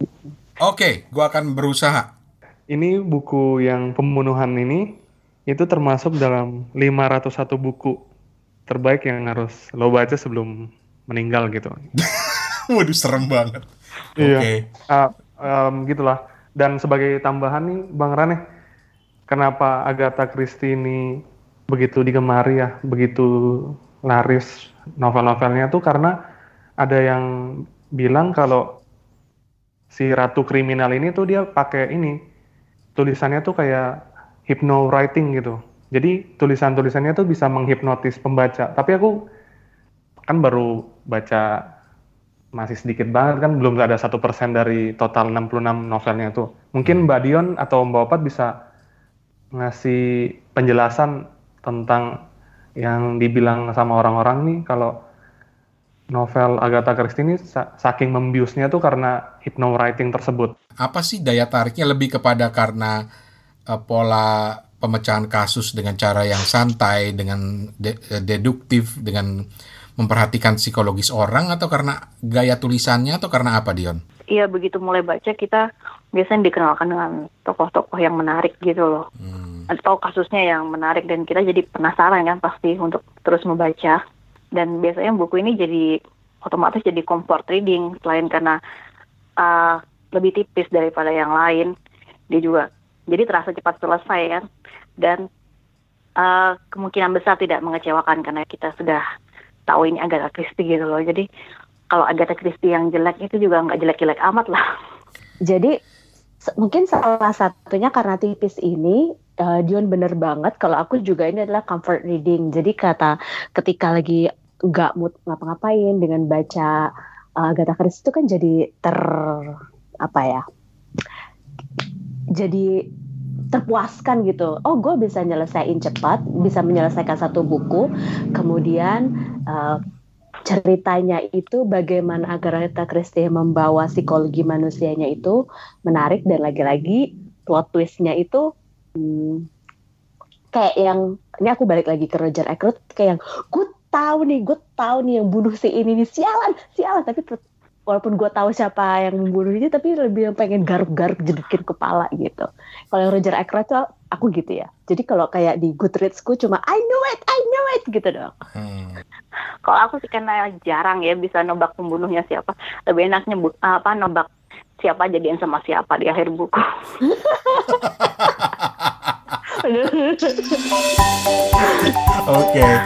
Oke, gua akan berusaha. Ini buku yang pembunuhan ini itu termasuk dalam lima ratus satu buku terbaik yang harus lo baca sebelum meninggal gitu. Waduh, serem banget. Iya. Oke. Ah, em, gitulah. Dan sebagai tambahan nih, Bang Rane, kenapa Agatha Christie ini begitu digemari ya, begitu laris novel-novelnya tuh karena ada yang bilang kalau si Ratu Kriminal ini tuh dia pakai ini, tulisannya tuh kayak hypno writing gitu. Jadi tulisan-tulisannya tuh bisa menghipnotis pembaca. Tapi aku kan baru baca masih sedikit banget kan, belum ada satu persen dari total enam puluh enam novelnya tuh. Mungkin Mbak Dion atau Mbak Opat bisa ngasih penjelasan tentang yang dibilang sama orang-orang nih kalau novel Agatha Christie ini sa- saking membiusnya tuh karena hypno writing tersebut. Apa sih daya tariknya, lebih kepada karena eh, pola pemecahan kasus dengan cara yang santai, dengan de- eh, deduktif, dengan memperhatikan psikologis orang, atau karena gaya tulisannya, atau karena apa, Dion? Iya, begitu mulai baca kita biasanya dikenalkan dengan tokoh-tokoh yang menarik gitu loh. Hmm. Atau kasusnya yang menarik dan kita jadi penasaran kan pasti untuk terus membaca. Dan biasanya buku ini jadi otomatis jadi comfort reading, selain karena uh, lebih tipis daripada yang lain, dia juga jadi terasa cepat selesai kan, dan uh, kemungkinan besar tidak mengecewakan karena kita sudah tahu ini Agatha Christie gitu loh. Jadi kalau Agatha Christie yang jelek itu juga nggak jelek-jelek amat lah. Jadi se- mungkin salah satunya karena tipis ini, uh, Dion bener banget. Kalau aku juga ini adalah comfort reading. Jadi kata ketika lagi nggak mood ngapa-ngapain dengan baca uh, Agatha Christie itu kan jadi ter apa ya? Jadi terpuaskan gitu. Oh, gue bisa nyelesain cepat, bisa menyelesaikan satu buku. Kemudian uh, ceritanya itu bagaimana Agatha Christie membawa psikologi manusianya itu menarik, dan lagi-lagi plot twistnya itu hmm, kayak yang ini aku balik lagi ke Roger Ackroyd, kayak yang gue tahu nih, gue tahu nih yang bunuh si ini nih, sialan, sialan, tapi ter- walaupun gue tahu siapa yang membunuhnya, tapi lebih yang pengen garuk-garuk jedikin kepala gitu. Kalau yang Roger Ackroyd tuh aku gitu ya. Jadi kalau kayak di Goodreads-ku cuma I knew it, I knew it gitu doang. Hmm. Kalau aku sih karena jarang ya bisa nebak pembunuhnya siapa, lebih enak nyebut apa nebak siapa jadian sama siapa di akhir buku. Oke.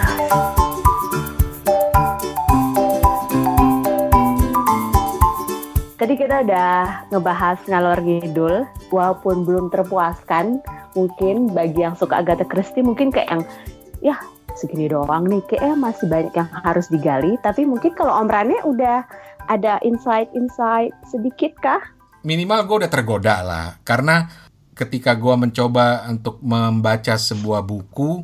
Tadi kita udah ngebahas ngalor ngidul, walaupun belum terpuaskan, mungkin bagi yang suka Agatha Christie mungkin kayak yang, ya segini doang nih, kayaknya masih banyak yang harus digali, tapi mungkin kalau Om Rane udah ada insight-insight sedikit kah? Minimal gue udah tergoda lah, karena ketika gue mencoba untuk membaca sebuah buku,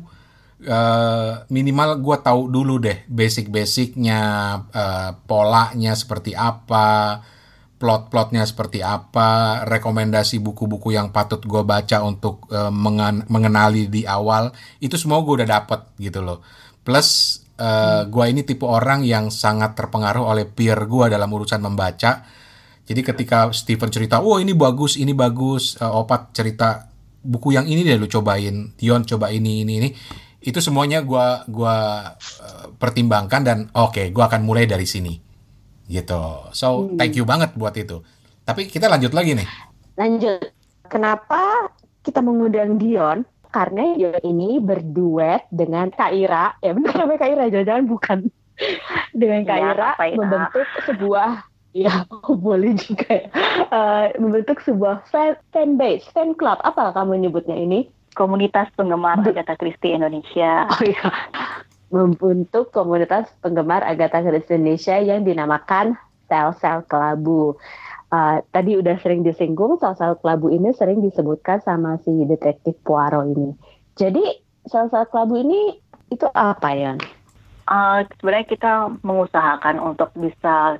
uh, minimal gue tahu dulu deh basic-basicnya, uh, polanya seperti apa, plot-plotnya seperti apa, rekomendasi buku-buku yang patut gue baca untuk uh, mengen- mengenali di awal, itu semua gue udah dapet gitu loh. Plus uh, hmm. gue ini tipe orang yang sangat terpengaruh oleh peer gue dalam urusan membaca. Jadi ketika Stephen cerita, oh ini bagus, ini bagus, uh, Opat cerita buku yang ini deh lu cobain, Dion coba ini, ini, ini, itu semuanya gue gua uh, pertimbangkan dan oke, okay, gue akan mulai dari sini. Gitu. So, thank you banget buat itu. Tapi kita lanjut lagi nih. Lanjut. Kenapa kita mengundang Dion? Karena Dion ini berduet dengan Kak Ira. Ya benar namanya Kak Ira, jangan-jangan bukan. Dengan Kak Ya, Ira membentuk sebuah, ya boleh juga ya. Uh, membentuk sebuah fan, fan base, fan club. Apa kamu nyebutnya ini? Komunitas penggemar Agatha Christie Indonesia. Oh iya. Membentuk komunitas penggemar Agatha Christie Indonesia yang dinamakan Sel-Sel Kelabu. Uh, tadi udah sering disinggung, Sel-Sel Kelabu ini sering disebutkan sama si detektif Poirot ini. Jadi Sel-Sel Kelabu ini itu apa ya? Uh, sebenarnya kita mengusahakan untuk bisa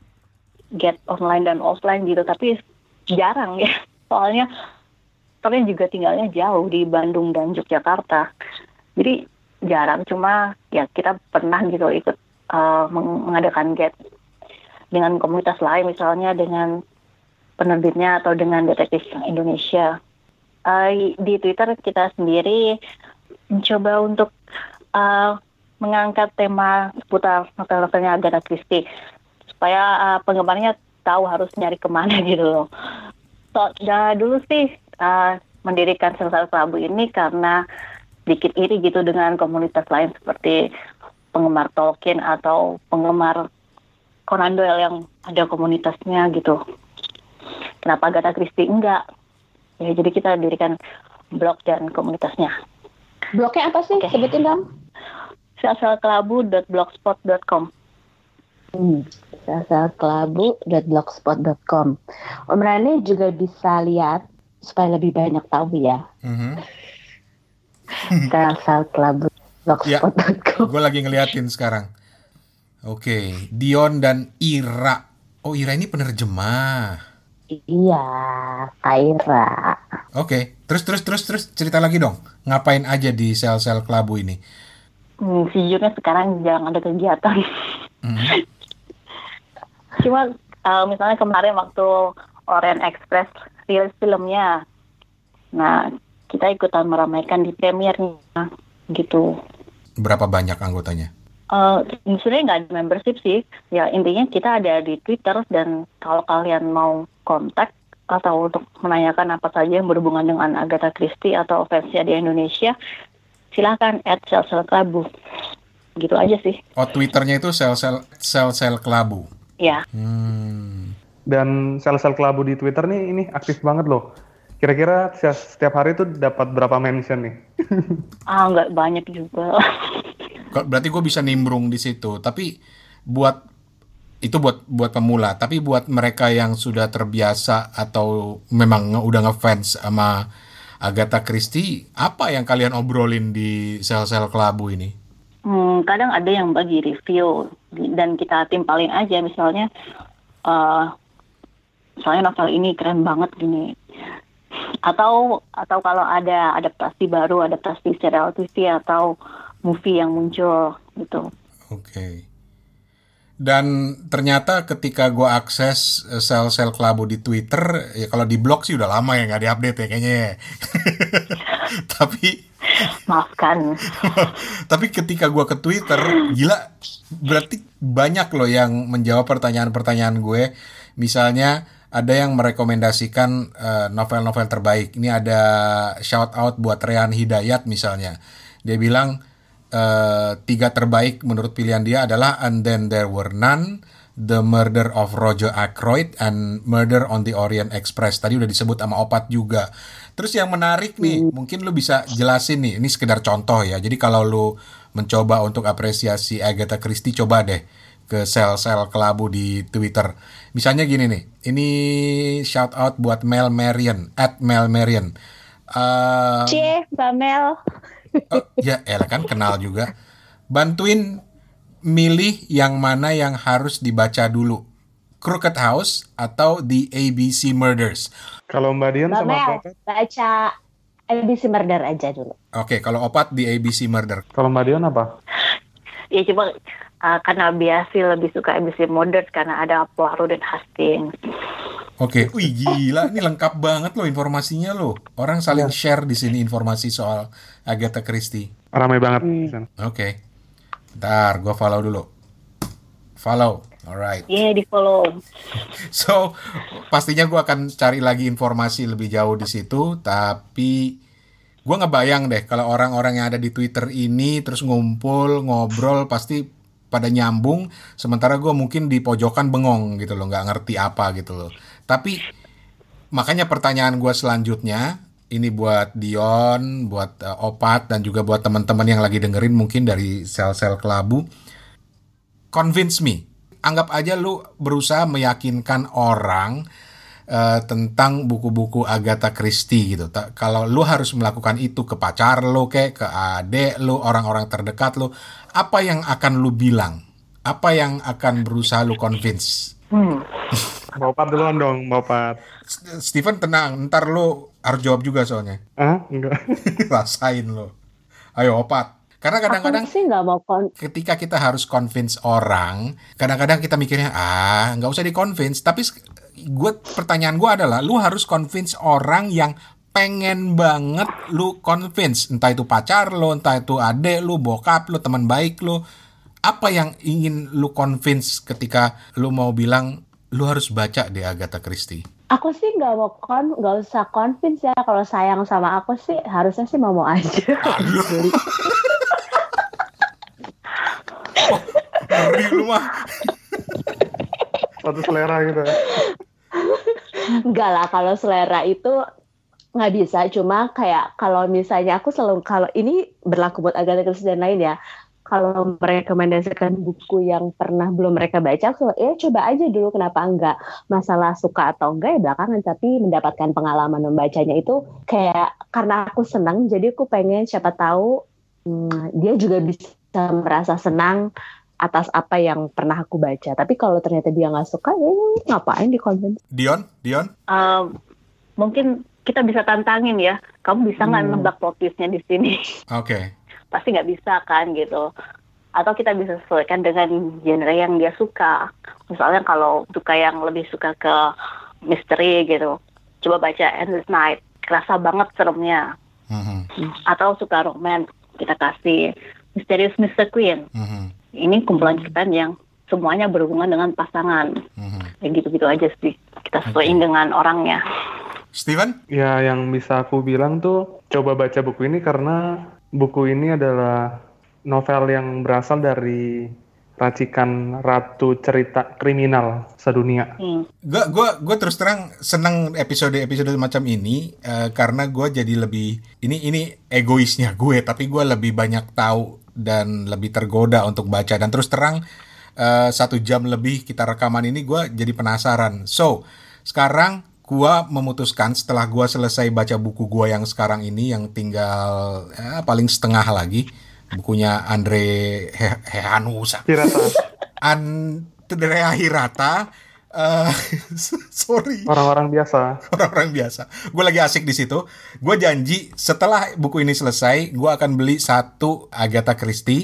get online dan offline gitu, tapi jarang ya. Soalnya kalian juga tinggalnya jauh di Bandung dan Yogyakarta. Jadi jarang, cuma ya kita pernah gitu ikut uh, mengadakan get dengan komunitas lain, misalnya dengan penerbitnya atau dengan detektif Indonesia. Uh, di Twitter kita sendiri mencoba untuk uh, mengangkat tema seputar novel-novelnya Agatha Christie supaya uh, penggemarnya tahu harus nyari kemana gitu loh. So, dah dulu sih uh, mendirikan Sel-Sel Kelabu ini karena sedikit iri gitu dengan komunitas lain seperti penggemar Tolkien atau penggemar Conan Doyle yang ada komunitasnya gitu. Kenapa Agatha Christie enggak? Ya jadi kita dirikan blog dan komunitasnya. Blognya apa sih? Okay. Sebutin dong. sel sel kelabu dot blogspot dot com. Hmm, sel sel kelabu dot blogspot dot com. Om Rane juga bisa lihat supaya lebih banyak tahu ya. Mm-hmm. Sel-Sel Kelabu blogspot dot com. Ya, gue lagi ngeliatin sekarang. Oke, okay. Dion dan Ira. Oh, Ira ini penerjemah. Iya, Kak Ira. Oke, okay. terus terus terus terus cerita lagi dong. Ngapain aja di Sel-Sel Kelabu ini? Hmm, sejujurnya sekarang jarang ada kegiatan. Mm-hmm. Cuma uh, misalnya kemarin waktu Orient Express rilis filmnya. Nah, kita ikutan meramaikan di premiernya gitu. Berapa banyak anggotanya? Uh, sebenarnya nggak ada membership sih. Ya intinya kita ada di Twitter dan kalau kalian mau kontak atau untuk menanyakan apa saja yang berhubungan dengan Agatha Christie atau fansnya di Indonesia, silahkan at Sel-Sel Kelabu. Gitu aja sih. Oh, Twitternya itu Sel-Sel Sel-Sel Kelabu. Ya. Hmm. Dan Sel-Sel Kelabu di Twitter nih ini aktif banget loh. Kira-kira setiap hari tuh dapat berapa mention nih? Ah, nggak banyak juga. Berarti gue bisa nimbrung di situ. Tapi buat itu buat buat pemula. Tapi buat mereka yang sudah terbiasa atau memang udah ngefans sama Agatha Christie, apa yang kalian obrolin di Sel-Sel Kelabu ini? Hmm, kadang ada yang bagi review dan kita timpalin aja, misalnya, uh, misalnya novel ini keren banget gini. Atau atau kalau ada adaptasi baru, adaptasi serial T V atau movie yang muncul gitu. Oke. Okay. Dan ternyata ketika gue akses uh, sel-sel kelabu di Twitter, ya kalau di blog sih udah lama ya nggak diupdate ya kayaknya ya. Tapi Maafkan. tapi ketika gue ke Twitter, gila, berarti banyak loh yang menjawab pertanyaan-pertanyaan gue. Misalnya ada yang merekomendasikan uh, novel-novel terbaik. Ini ada shout out buat Rehan Hidayat misalnya. Dia bilang uh, tiga terbaik menurut pilihan dia adalah And Then There Were None, The Murder of Roger Ackroyd, and Murder on the Orient Express. Tadi udah disebut sama Opat juga. Terus yang menarik nih, mungkin lu bisa jelasin nih, ini sekedar contoh ya. Jadi kalau lu mencoba untuk apresiasi Agatha Christie, coba deh ke sel-sel kelabu di Twitter. Misalnya gini nih, ini shout out buat Mel Marian, at Mel Marian. Uh, Cie, Mbak Mel. oh, ya elah kan kenal juga. Bantuin milih yang mana yang harus dibaca dulu. Crooked House atau The A B C Murders. Kalau Mbak Dian Mbak sama Mel, Opat? baca A B C Murder aja dulu. Oke, kalau Opat The A B C Murder. Kalau Mbak Dian apa? Ya cuma uh, karena biasa lebih suka A B C Murders karena ada Poirot dan Hastings. Oke, wih gila, ini lengkap banget loh informasinya loh. Orang saling share di sini informasi soal Agatha Christie. Ramai banget. Hmm. Oke, bentar, gue follow dulu. Follow, alright. Iya, yeah, di follow. So, pastinya gue akan cari lagi informasi lebih jauh di situ. Tapi gue ngebayang deh kalau orang-orang yang ada di Twitter ini terus ngumpul, ngobrol, pasti pada nyambung. Sementara gue mungkin di pojokan bengong gitu loh, nggak ngerti apa gitu loh. Tapi makanya pertanyaan gue selanjutnya ini buat Dion, buat uh, Opat, dan juga buat teman-teman yang lagi dengerin mungkin dari sel-sel kelabu. Convince me. Anggap aja lu berusaha meyakinkan orang uh, tentang buku-buku Agatha Christie gitu. Ta- kalau lu harus melakukan itu ke pacar lu, kayak ke adik lu, orang-orang terdekat lu, apa yang akan lu bilang? Apa yang akan berusaha lu convince? Hmm. Mbak Opat duluan dong, Mbak Opat. S- Steven tenang, ntar lu harus jawab juga soalnya. Ah, enggak. Rasain lu. Ayo Opat. Karena kadang-kadang Aku sih nggak mau kon. ketika kita harus convince orang, kadang-kadang kita mikirnya, ah nggak usah di-convince. Tapi gue pertanyaan gue adalah, lu harus convince orang yang pengen banget lu convince. Entah itu pacar lu, entah itu adek lu, bokap lu, teman baik lu. Apa yang ingin lu convince ketika lu mau bilang, lu harus baca deh Agatha Christie? Aku sih nggak mau kon, nggak usah convince ya. Kalau sayang sama aku sih harusnya sih mau mau aja. Aduh. Oh, ngeri lu mah. Satu selera gitu ya. Enggak lah, kalau selera itu nggak bisa. Cuma kayak kalau misalnya aku selalu, kalau ini berlaku buat Agatha Christie dan lain ya, kalau merekomendasikan buku yang pernah belum mereka baca, aku ya coba aja dulu, kenapa enggak. Masalah suka atau enggak ya belakangan, tapi mendapatkan pengalaman membacanya itu kayak karena aku senang, jadi aku pengen siapa tahu hmm, dia juga bisa merasa senang atas apa yang pernah aku baca. Tapi kalau ternyata dia nggak suka, ya ngapain di-convince. Dion, Dion? Uh, mungkin kita bisa tantangin ya. Kamu bisa nggak hmm. nebak plot twist-nya di sini? Oke. Okay. Pasti nggak bisa kan gitu. Atau kita bisa sesuaikan dengan genre yang dia suka. Misalnya kalau suka yang lebih suka ke misteri gitu, coba baca Endless Night. Kerasa banget seremnya. Mm-hmm. Atau suka romance, kita kasih Mysterious mister Queen. Mm-hmm. Ini kumpulan cerpen yang semuanya berhubungan dengan pasangan. Mm-hmm. Ya gitu-gitu aja sih. Kita sesuaiin okay. dengan orangnya. Steven? Ya, yang bisa aku bilang tuh coba baca buku ini karena buku ini adalah novel yang berasal dari racikan ratu cerita kriminal sedunia. Hmm. Gue gue gue terus terang senang episode-episode macam ini uh, karena gue jadi lebih ini ini egoisnya gue, tapi gue lebih banyak tahu dan lebih tergoda untuk baca. Dan terus terang uh, satu jam lebih kita rekaman ini gue jadi penasaran. So sekarang gue memutuskan setelah gue selesai baca buku gue yang sekarang ini yang tinggal ya, paling setengah lagi, bukunya Andre He- Hehanusa Hirata. Andrea Hirata. Uh, sorry. Orang-orang biasa. Orang-orang biasa. Gue lagi asik di situ. Gue janji setelah buku ini selesai, gue akan beli satu Agatha Christie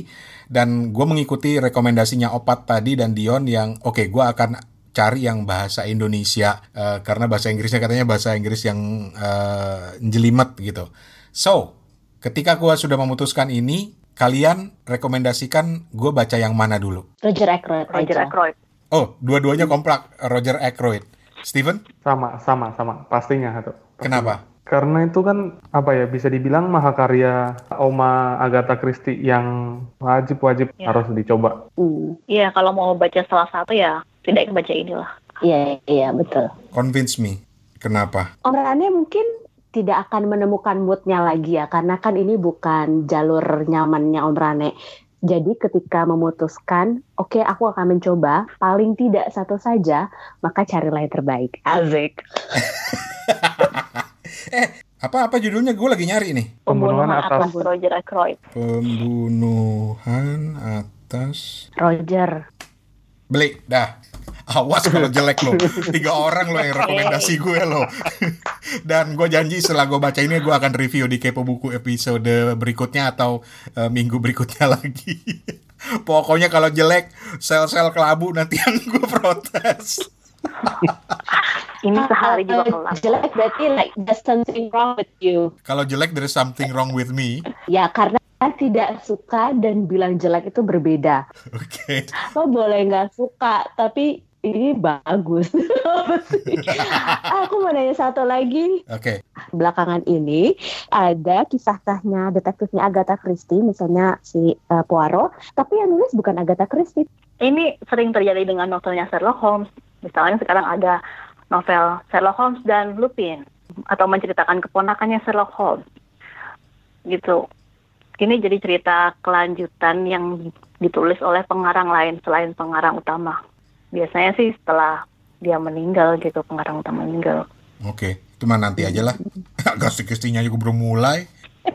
Dan gue mengikuti rekomendasinya Opat tadi dan Dion yang oke okay, gue akan cari yang bahasa Indonesia uh, karena bahasa Inggrisnya katanya bahasa Inggris yang uh, jelimet gitu. So, ketika gue sudah memutuskan ini, kalian rekomendasikan gue baca yang mana dulu? Roger Ackroyd. Roger Ackroyd. Oh, dua-duanya komplak Roger Ackroyd. Steven? Sama, sama, sama. Pastinya itu. Kenapa? Karena itu kan apa ya bisa dibilang mahakarya Oma Agatha Christie yang wajib-wajib Ya. harus dicoba. Hmm. Iya, kalau mau baca salah satu ya tidak baca inilah. Iya, iya betul. Convince me. Kenapa? Om Rane mungkin tidak akan menemukan moodnya lagi ya, karena kan ini bukan jalur nyamannya Om Rane. Jadi ketika memutuskan, oke okay, aku akan mencoba, paling tidak satu saja, maka carilah yang terbaik. Asik. eh, apa-apa judulnya? Gue lagi nyari nih. Pembunuhan Pembunuhan atas- atas Roger Ackroyd. Pembunuhan atas... Roger. Beli, dah. Awas kalau jelek lo. Tiga orang lo yang rekomendasi gue lo. Dan gue janji setelah gue baca ini gue akan review di Kepo Buku episode berikutnya atau uh, minggu berikutnya lagi. Pokoknya kalau jelek, sel-sel kelabu nanti yang gue protes. Ini sehari juga Uh, kelar. jelek berarti like there's something wrong with you. Kalau jelek, there is something wrong with me. Ya karena tidak suka dan bilang jelek itu berbeda. Oke. Lo boleh nggak suka, tapi ini bagus. Apa sih? Aku mau nanya satu lagi. Oke. Belakangan ini ada kisah-kisahnya detektifnya Agatha Christie, misalnya si uh, Poirot, tapi yang nulis bukan Agatha Christie. Ini sering terjadi dengan novelnya Sherlock Holmes. Misalnya sekarang ada novel Sherlock Holmes dan Lupin, atau menceritakan keponakannya Sherlock Holmes. Gitu. Ini jadi cerita kelanjutan yang ditulis oleh pengarang lain selain pengarang utama. Biasanya sih setelah dia meninggal gitu, pengarang utama meninggal. Oke. Itu mah nanti aja lah. Agatha Christie-nya juga belum mulai.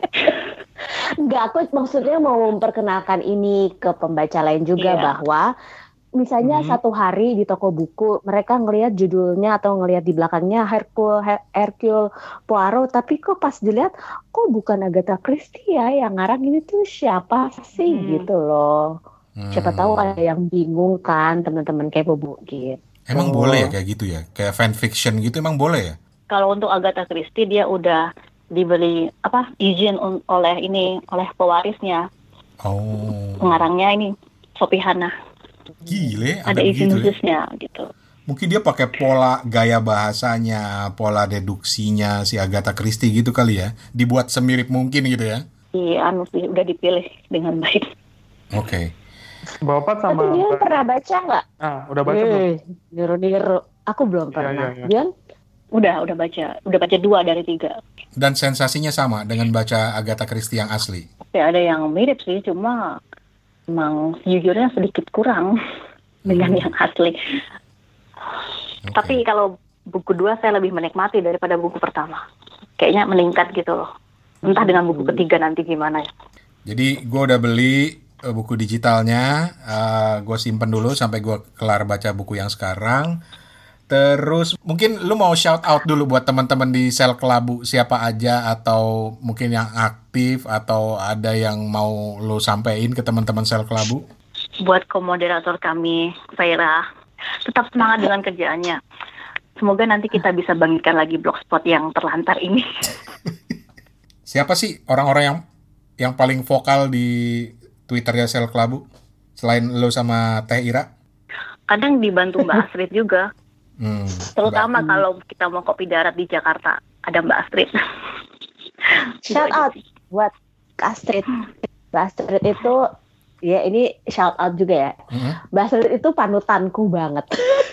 Enggak, aku maksudnya mau memperkenalkan ini ke pembaca lain juga Iya. bahwa misalnya Hmm. satu hari di toko buku mereka ngelihat judulnya atau ngelihat di belakangnya Hercule Her- Hercule Poirot, tapi kok pas dilihat kok bukan Agatha Christie ya yang ngarang ini tuh siapa sih Hmm. gitu loh. Hmm. Siapa tahu ada yang bingung kan teman-teman Kepo Buku gitu. Emang boleh ya kayak gitu ya? Kayak fanfiction gitu emang boleh ya? Kalau untuk Agatha Christie dia udah diberi apa izin un- oleh ini oleh pewarisnya, Oh. pengarangnya ini Sophie Hannah. Gile, Ada ada izin begitu ya? khususnya gitu. Mungkin dia pakai pola gaya bahasanya, pola deduksinya si Agatha Christie gitu kali ya. Dibuat semirip mungkin gitu ya. Iya, anu sih udah dipilih dengan baik. Oke. Bapak Tapi sama... dia pernah baca nggak? Ah, udah baca belum? Eh, niru-niru. Aku belum Iya, pernah. iya, iya. Dian? Udah, udah baca, udah baca dua dari tiga. Dan sensasinya sama dengan baca Agatha Christie yang asli. Ya ada yang mirip sih, cuma emang sejujurnya sedikit kurang dengan yang asli. Oke. Tapi kalau buku dua saya lebih menikmati daripada buku pertama. Kayaknya meningkat gitu loh. Entah dengan buku ketiga nanti gimana ya. Jadi gue udah beli uh, buku digitalnya, uh, gue simpen dulu sampai gue kelar baca buku yang sekarang. Terus mungkin lu mau shout out dulu buat teman-teman di Sel Kelabu siapa aja, atau mungkin yang aktif atau ada yang mau lu sampein ke teman-teman Sel Kelabu? Buat komoderator kami, Vera, tetap semangat dengan kerjaannya. Semoga nanti kita bisa bangkitkan lagi blogspot yang terlantar ini. Siapa sih orang-orang yang yang paling vokal di Twitternya Sel Kelabu selain lu sama Teh Ira? Kadang dibantu Mbak Astrid juga. Hmm, Terutama kalau kita mau kopi darat di Jakarta, ada Mbak Astrid. Shout out buat Kak Astrid. Mbak Astrid itu, ya ini shout out juga ya. Mhm. Mbak Astrid itu panutanku banget.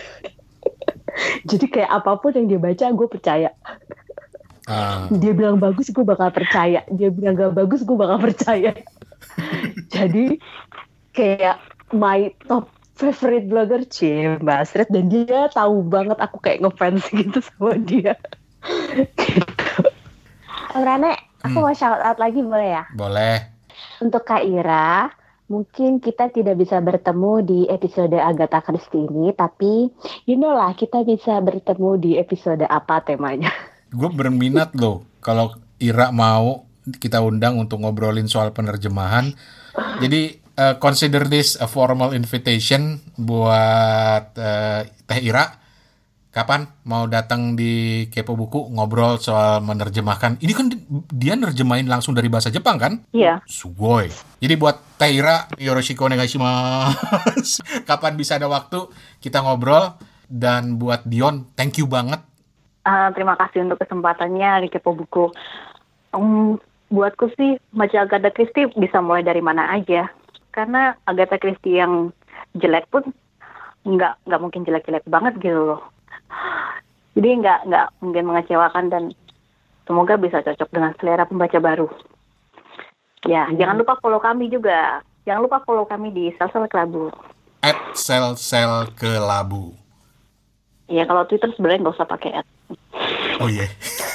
Jadi kayak apapun yang dia baca, gue percaya. Ah, Dia bilang bagus, gue bakal percaya. Dia bilang gak bagus, gue bakal percaya. Jadi kayak my top favorite blogger Cie, Mbak Astrid, dan dia tahu banget aku kayak ngefans gitu sama dia. Gitu. Om Rane, aku Hmm. mau shout out lagi boleh ya? boleh. Untuk Kak Ira, mungkin kita tidak bisa bertemu di episode Agatha Christie ini, tapi you know lah kita bisa bertemu di episode apa temanya. Gue berminat loh kalau Ira mau kita undang untuk ngobrolin soal penerjemahan. Jadi uh, consider this a formal invitation buat uh, Teh Ira. Kapan mau datang di Kepo Buku ngobrol soal menerjemahkan? Ini kan dia nerjemahin langsung dari bahasa Jepang kan? Iya. Sugoi. Jadi buat Teh Ira, yoroshiku onegaishimasu. Kapan bisa ada waktu kita ngobrol. Dan buat Dion, thank you banget. Uh, terima kasih untuk kesempatannya di Kepo Buku. Um, buatku sih baca Agatha Christie bisa mulai dari mana aja. Karena Agatha Christie yang jelek pun nggak nggak mungkin jelek-jelek banget gitu loh. Jadi nggak nggak mungkin mengecewakan dan semoga bisa cocok dengan selera pembaca baru. Ya, hmm. jangan lupa follow kami juga. Jangan lupa follow kami di Sel-Sel Kelabu. At Sel-Sel Kelabu. Iya, kalau Twitter sebenarnya nggak usah pakai at. Oh iya. Yeah.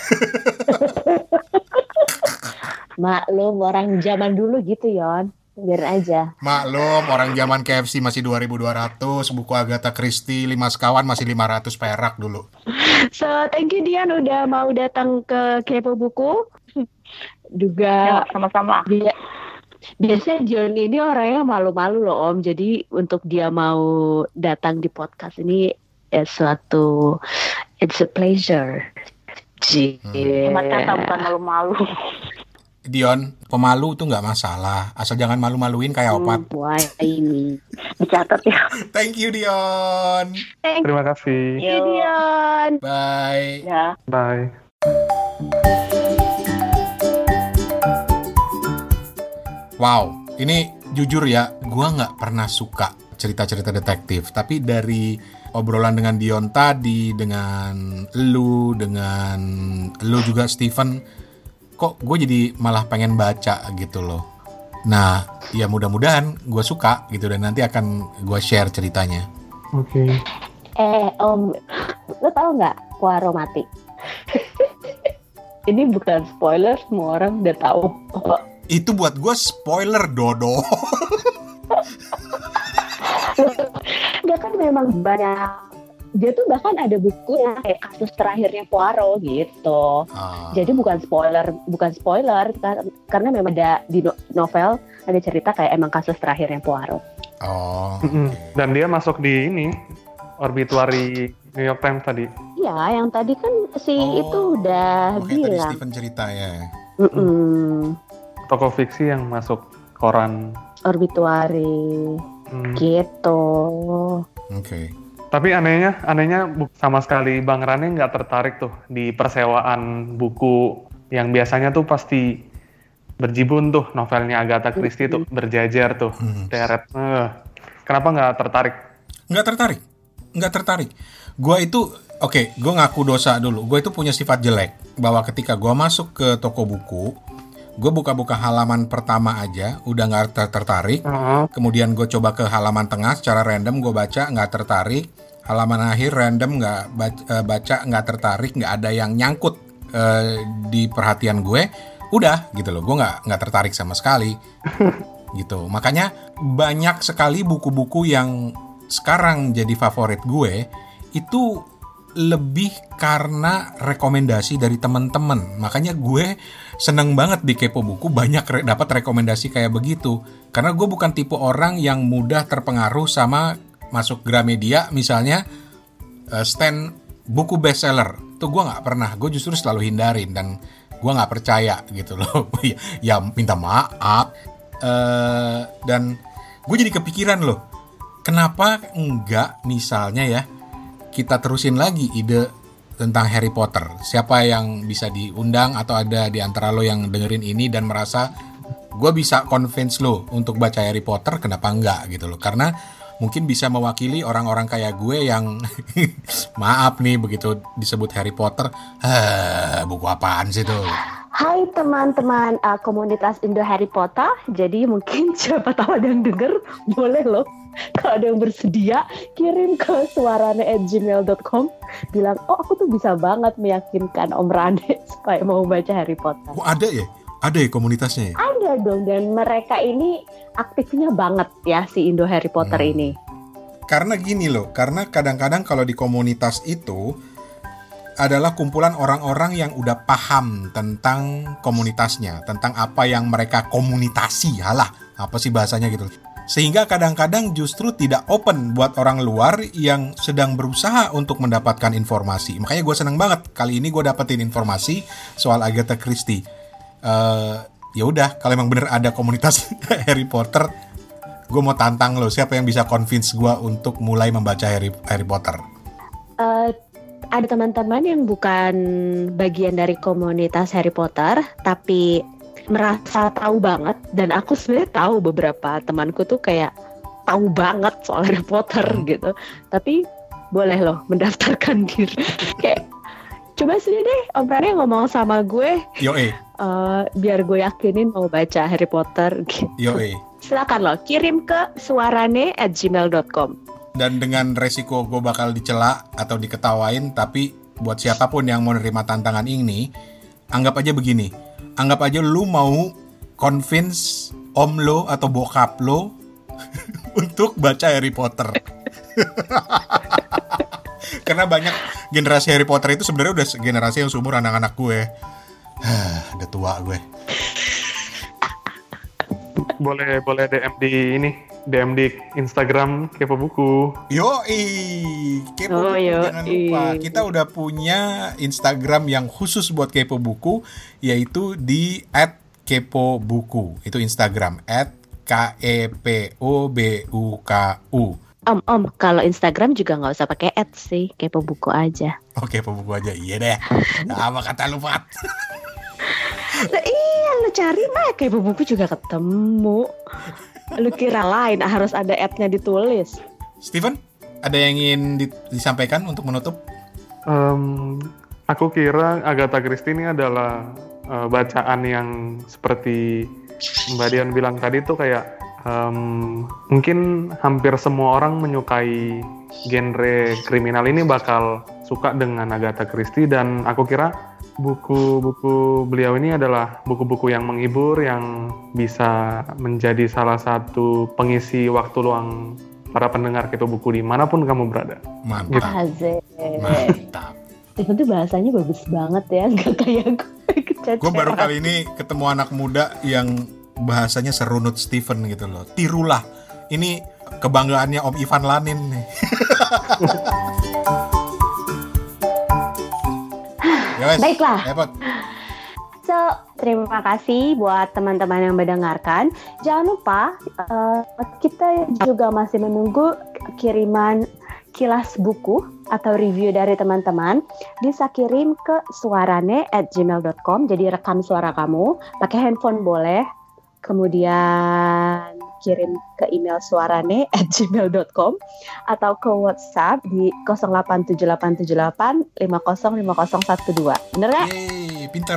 Maklum orang zaman dulu gitu, Yon. Biar aja. Maklum, orang zaman K F C masih dua ribu dua ratus, buku Agatha Christie lima sekawan masih lima ratus perak dulu. So, thank you Dian udah mau datang ke Kepo Buku. Juga ya, sama-sama. Dia, biasanya Dion ini orangnya malu-malu loh Om. Jadi untuk dia mau datang di podcast ini ya suatu it's a pleasure. Hmm. Hemat kata bukan malu-malu. Dion, pemalu tuh nggak masalah, asal jangan malu-maluin kayak Opat. Hmm, wah ini dicatat ya. Thank you Dion. Thank Terima kasih. you Dion. Bye. Ya. Bye. Wow, ini jujur ya, gua nggak pernah suka cerita-cerita detektif, tapi dari obrolan dengan Dion tadi, dengan lu, dengan lu juga Stephen, kok gue jadi malah pengen baca gitu loh. Nah, ya mudah-mudahan gue suka gitu dan nanti akan gue share ceritanya. Oke. Okay. Eh Om, lo tau nggak Poirot mati? Ini bukan spoiler, semua orang udah tahu. Itu buat gue spoiler, Dodo. Dia kan memang banyak. Dia tuh bahkan ada bukunya kayak kasus terakhirnya Poirot gitu. Ah. Jadi bukan spoiler, bukan spoiler karena memang ada di novel ada cerita kayak emang kasus terakhirnya Poirot. Oh. Okay. Dan dia masuk di ini obituary New York Times tadi. Iya, yang tadi kan si oh. itu udah okay, bilang. Tadi Stephen cerita ya. Mm-mm. Toko fiksi yang masuk koran obituary hmm. gitu. Oke. Okay. Tapi anehnya, anehnya sama sekali Bang Rane nggak tertarik tuh di persewaan buku yang biasanya tuh pasti berjibun tuh novelnya Agatha Christie tuh berjajar tuh, hmm. deret. Uh, kenapa nggak tertarik? Nggak tertarik, nggak tertarik. Gua itu, oke, okay, gue ngaku dosa dulu. Gue itu punya sifat jelek bahwa ketika gue masuk ke toko buku, gue buka-buka halaman pertama aja, udah nggak ter- tertarik. Uh-huh. Kemudian gue coba ke halaman tengah, secara random gue baca, nggak tertarik. Halaman akhir random nggak baca, baca nggak tertarik, nggak ada yang nyangkut uh, di perhatian gue. Udah gitu loh, gue nggak nggak tertarik sama sekali. Gitu. Makanya banyak sekali buku-buku yang sekarang jadi favorit gue itu lebih karena rekomendasi dari teman-teman. Makanya gue seneng banget di Kepo Buku banyak re- dapat rekomendasi kayak begitu. Karena gue bukan tipe orang yang mudah terpengaruh sama masuk Gramedia misalnya uh, stand buku bestseller. Itu gue nggak pernah. Gue justru selalu hindarin dan gue nggak percaya gitu loh. Ya minta maaf. Uh, dan gue jadi kepikiran loh. Kenapa enggak misalnya ya kita terusin lagi ide tentang Harry Potter. Siapa yang bisa diundang atau ada di antara lo yang dengerin ini dan merasa gue bisa convince lo untuk baca Harry Potter, kenapa enggak gitu loh. Karena mungkin bisa mewakili orang-orang kayak gue yang maaf nih begitu disebut Harry Potter, eh, buku apaan sih tuh. Hai teman-teman uh, komunitas Indo Harry Potter. Jadi mungkin siapa tahu ada yang denger, boleh loh. Kalau ada yang bersedia, kirim ke suarane at gmail dot com. Bilang, oh aku tuh bisa banget meyakinkan Om Rane supaya mau baca Harry Potter. Oh ada ya? Ada ya komunitasnya ya? Ada dong, dan mereka ini aktifnya banget ya si Indo Harry Potter hmm. ini. Karena gini loh, karena kadang-kadang kalau di komunitas itu adalah kumpulan orang-orang yang udah paham tentang komunitasnya, tentang apa yang mereka komunitasi, halah, apa sih bahasanya gitu. Sehingga kadang-kadang justru tidak open buat orang luar yang sedang berusaha untuk mendapatkan informasi. Makanya gue seneng banget kali ini gue dapetin informasi soal Agatha Christie. Uh, ya udah, kalau emang bener ada komunitas Harry Potter, gue mau tantang lo, siapa yang bisa convince gue untuk mulai membaca Harry, Harry Potter? Uh, ada teman-teman yang bukan bagian dari komunitas Harry Potter, tapi merasa tahu banget, dan aku sebenarnya tahu beberapa temanku tuh kayak tahu banget soal Harry Potter hmm. gitu. Tapi boleh loh mendaftarkan diri. Kayak coba sih deh Om Rani ngomong sama gue. Yo eh. Uh, biar gue yakinin mau baca Harry Potter gitu. Yo eh. Silakan loh kirim ke suarane at gmail dot com. Dan dengan resiko gue bakal dicela atau diketawain, tapi buat siapapun yang mau nerima tantangan ini, anggap aja begini. Anggap aja lu mau convince om lo atau bokap lo untuk baca Harry Potter. Karena banyak generasi Harry Potter itu sebenarnya udah generasi yang seumur anak-anak gue. Udah tua gue. Boleh boleh D M di ini, D M di Instagram Kepo Buku. Yoi, Kepo oh, Buku yoi. Jangan lupa. Kita udah punya Instagram yang khusus buat Kepo Buku, yaitu di at kepo buku. Itu Instagram at K E P O B U K U. Om, om, kalau Instagram juga nggak usah pakai ad sih, Kepo Buku aja. Oh, Kepo Buku aja, iya deh. Apa kata lu, Pat? Nah, iya, lu cari mah Kepo Buku juga ketemu. Lu kira lain harus ada ad-nya ditulis. Steven, ada yang ingin di- disampaikan untuk menutup? Um, aku kira Agatha Christie ini adalah uh, bacaan yang seperti Mbak Dian bilang tadi tuh kayak um, mungkin hampir semua orang menyukai genre kriminal ini bakal suka dengan Agatha Christie, dan aku kira buku-buku beliau ini adalah buku-buku yang menghibur, yang bisa menjadi salah satu pengisi waktu luang para pendengar Kepo Buku dimanapun kamu berada. Mantap. Azek. Mantap. Itu tuh bahasanya bagus banget ya, gak kayak gue kececeran. Gue baru kali ini ketemu anak muda yang bahasanya serunut Steven gitu loh. Tirulah. Ini kebanggaannya Om Ivan Lanin nih. Ya wes, baiklah. Repot. So, terima kasih buat teman-teman yang mendengarkan. Jangan lupa, uh, kita juga masih menunggu kiriman kilas buku atau review dari teman-teman. Bisa kirim ke suarane at gmail dot com. Jadi rekam suara kamu, pakai handphone boleh. Kemudian kirim ke email suarane at gmail dot com atau ke WhatsApp di nol delapan tujuh delapan tujuh delapan lima nol lima nol satu dua. Bener gak? Yeay, pinter.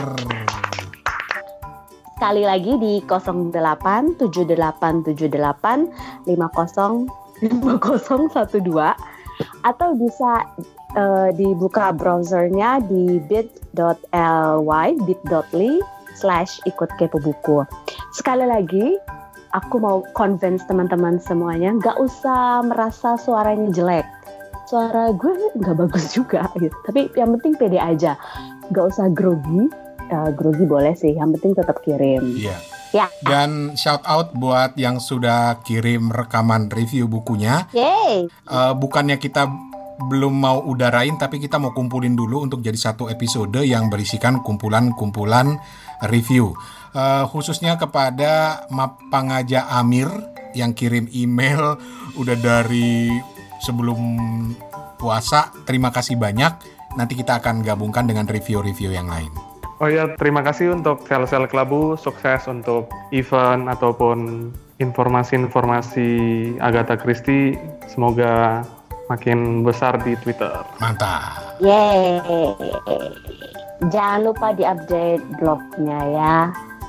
Sekali lagi di nol delapan tujuh delapan tujuh delapan lima nol lima nol satu dua atau bisa uh, dibuka browsernya di bit.ly bit.ly slash ikut Kepo Buku. Sekali lagi, aku mau convince teman-teman semuanya, gak usah merasa suaranya jelek. Suara gue gak bagus juga, gitu. Tapi yang penting pede aja. Gak usah grogi. Uh, grogi boleh sih, yang penting tetap kirim. Iya. Ya. Dan shout out buat yang sudah kirim rekaman review bukunya. Yeay. Uh, bukannya kita belum mau udarain, tapi kita mau kumpulin dulu untuk jadi satu episode yang berisikan kumpulan-kumpulan review. Uh, khususnya kepada Mapangaja Amir yang kirim email udah dari sebelum puasa. Terima kasih banyak. Nanti kita akan gabungkan dengan review-review yang lain. Oh ya, terima kasih untuk sel-sel Kelabu, sukses untuk event ataupun informasi-informasi Agatha Christie. Semoga makin besar di Twitter. Mantap. Yeay. Jangan lupa di-update blognya ya.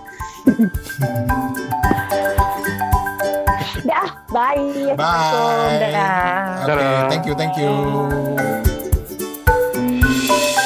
Dah, bye. Bye. Dadah. Oke, okay, thank you, thank you.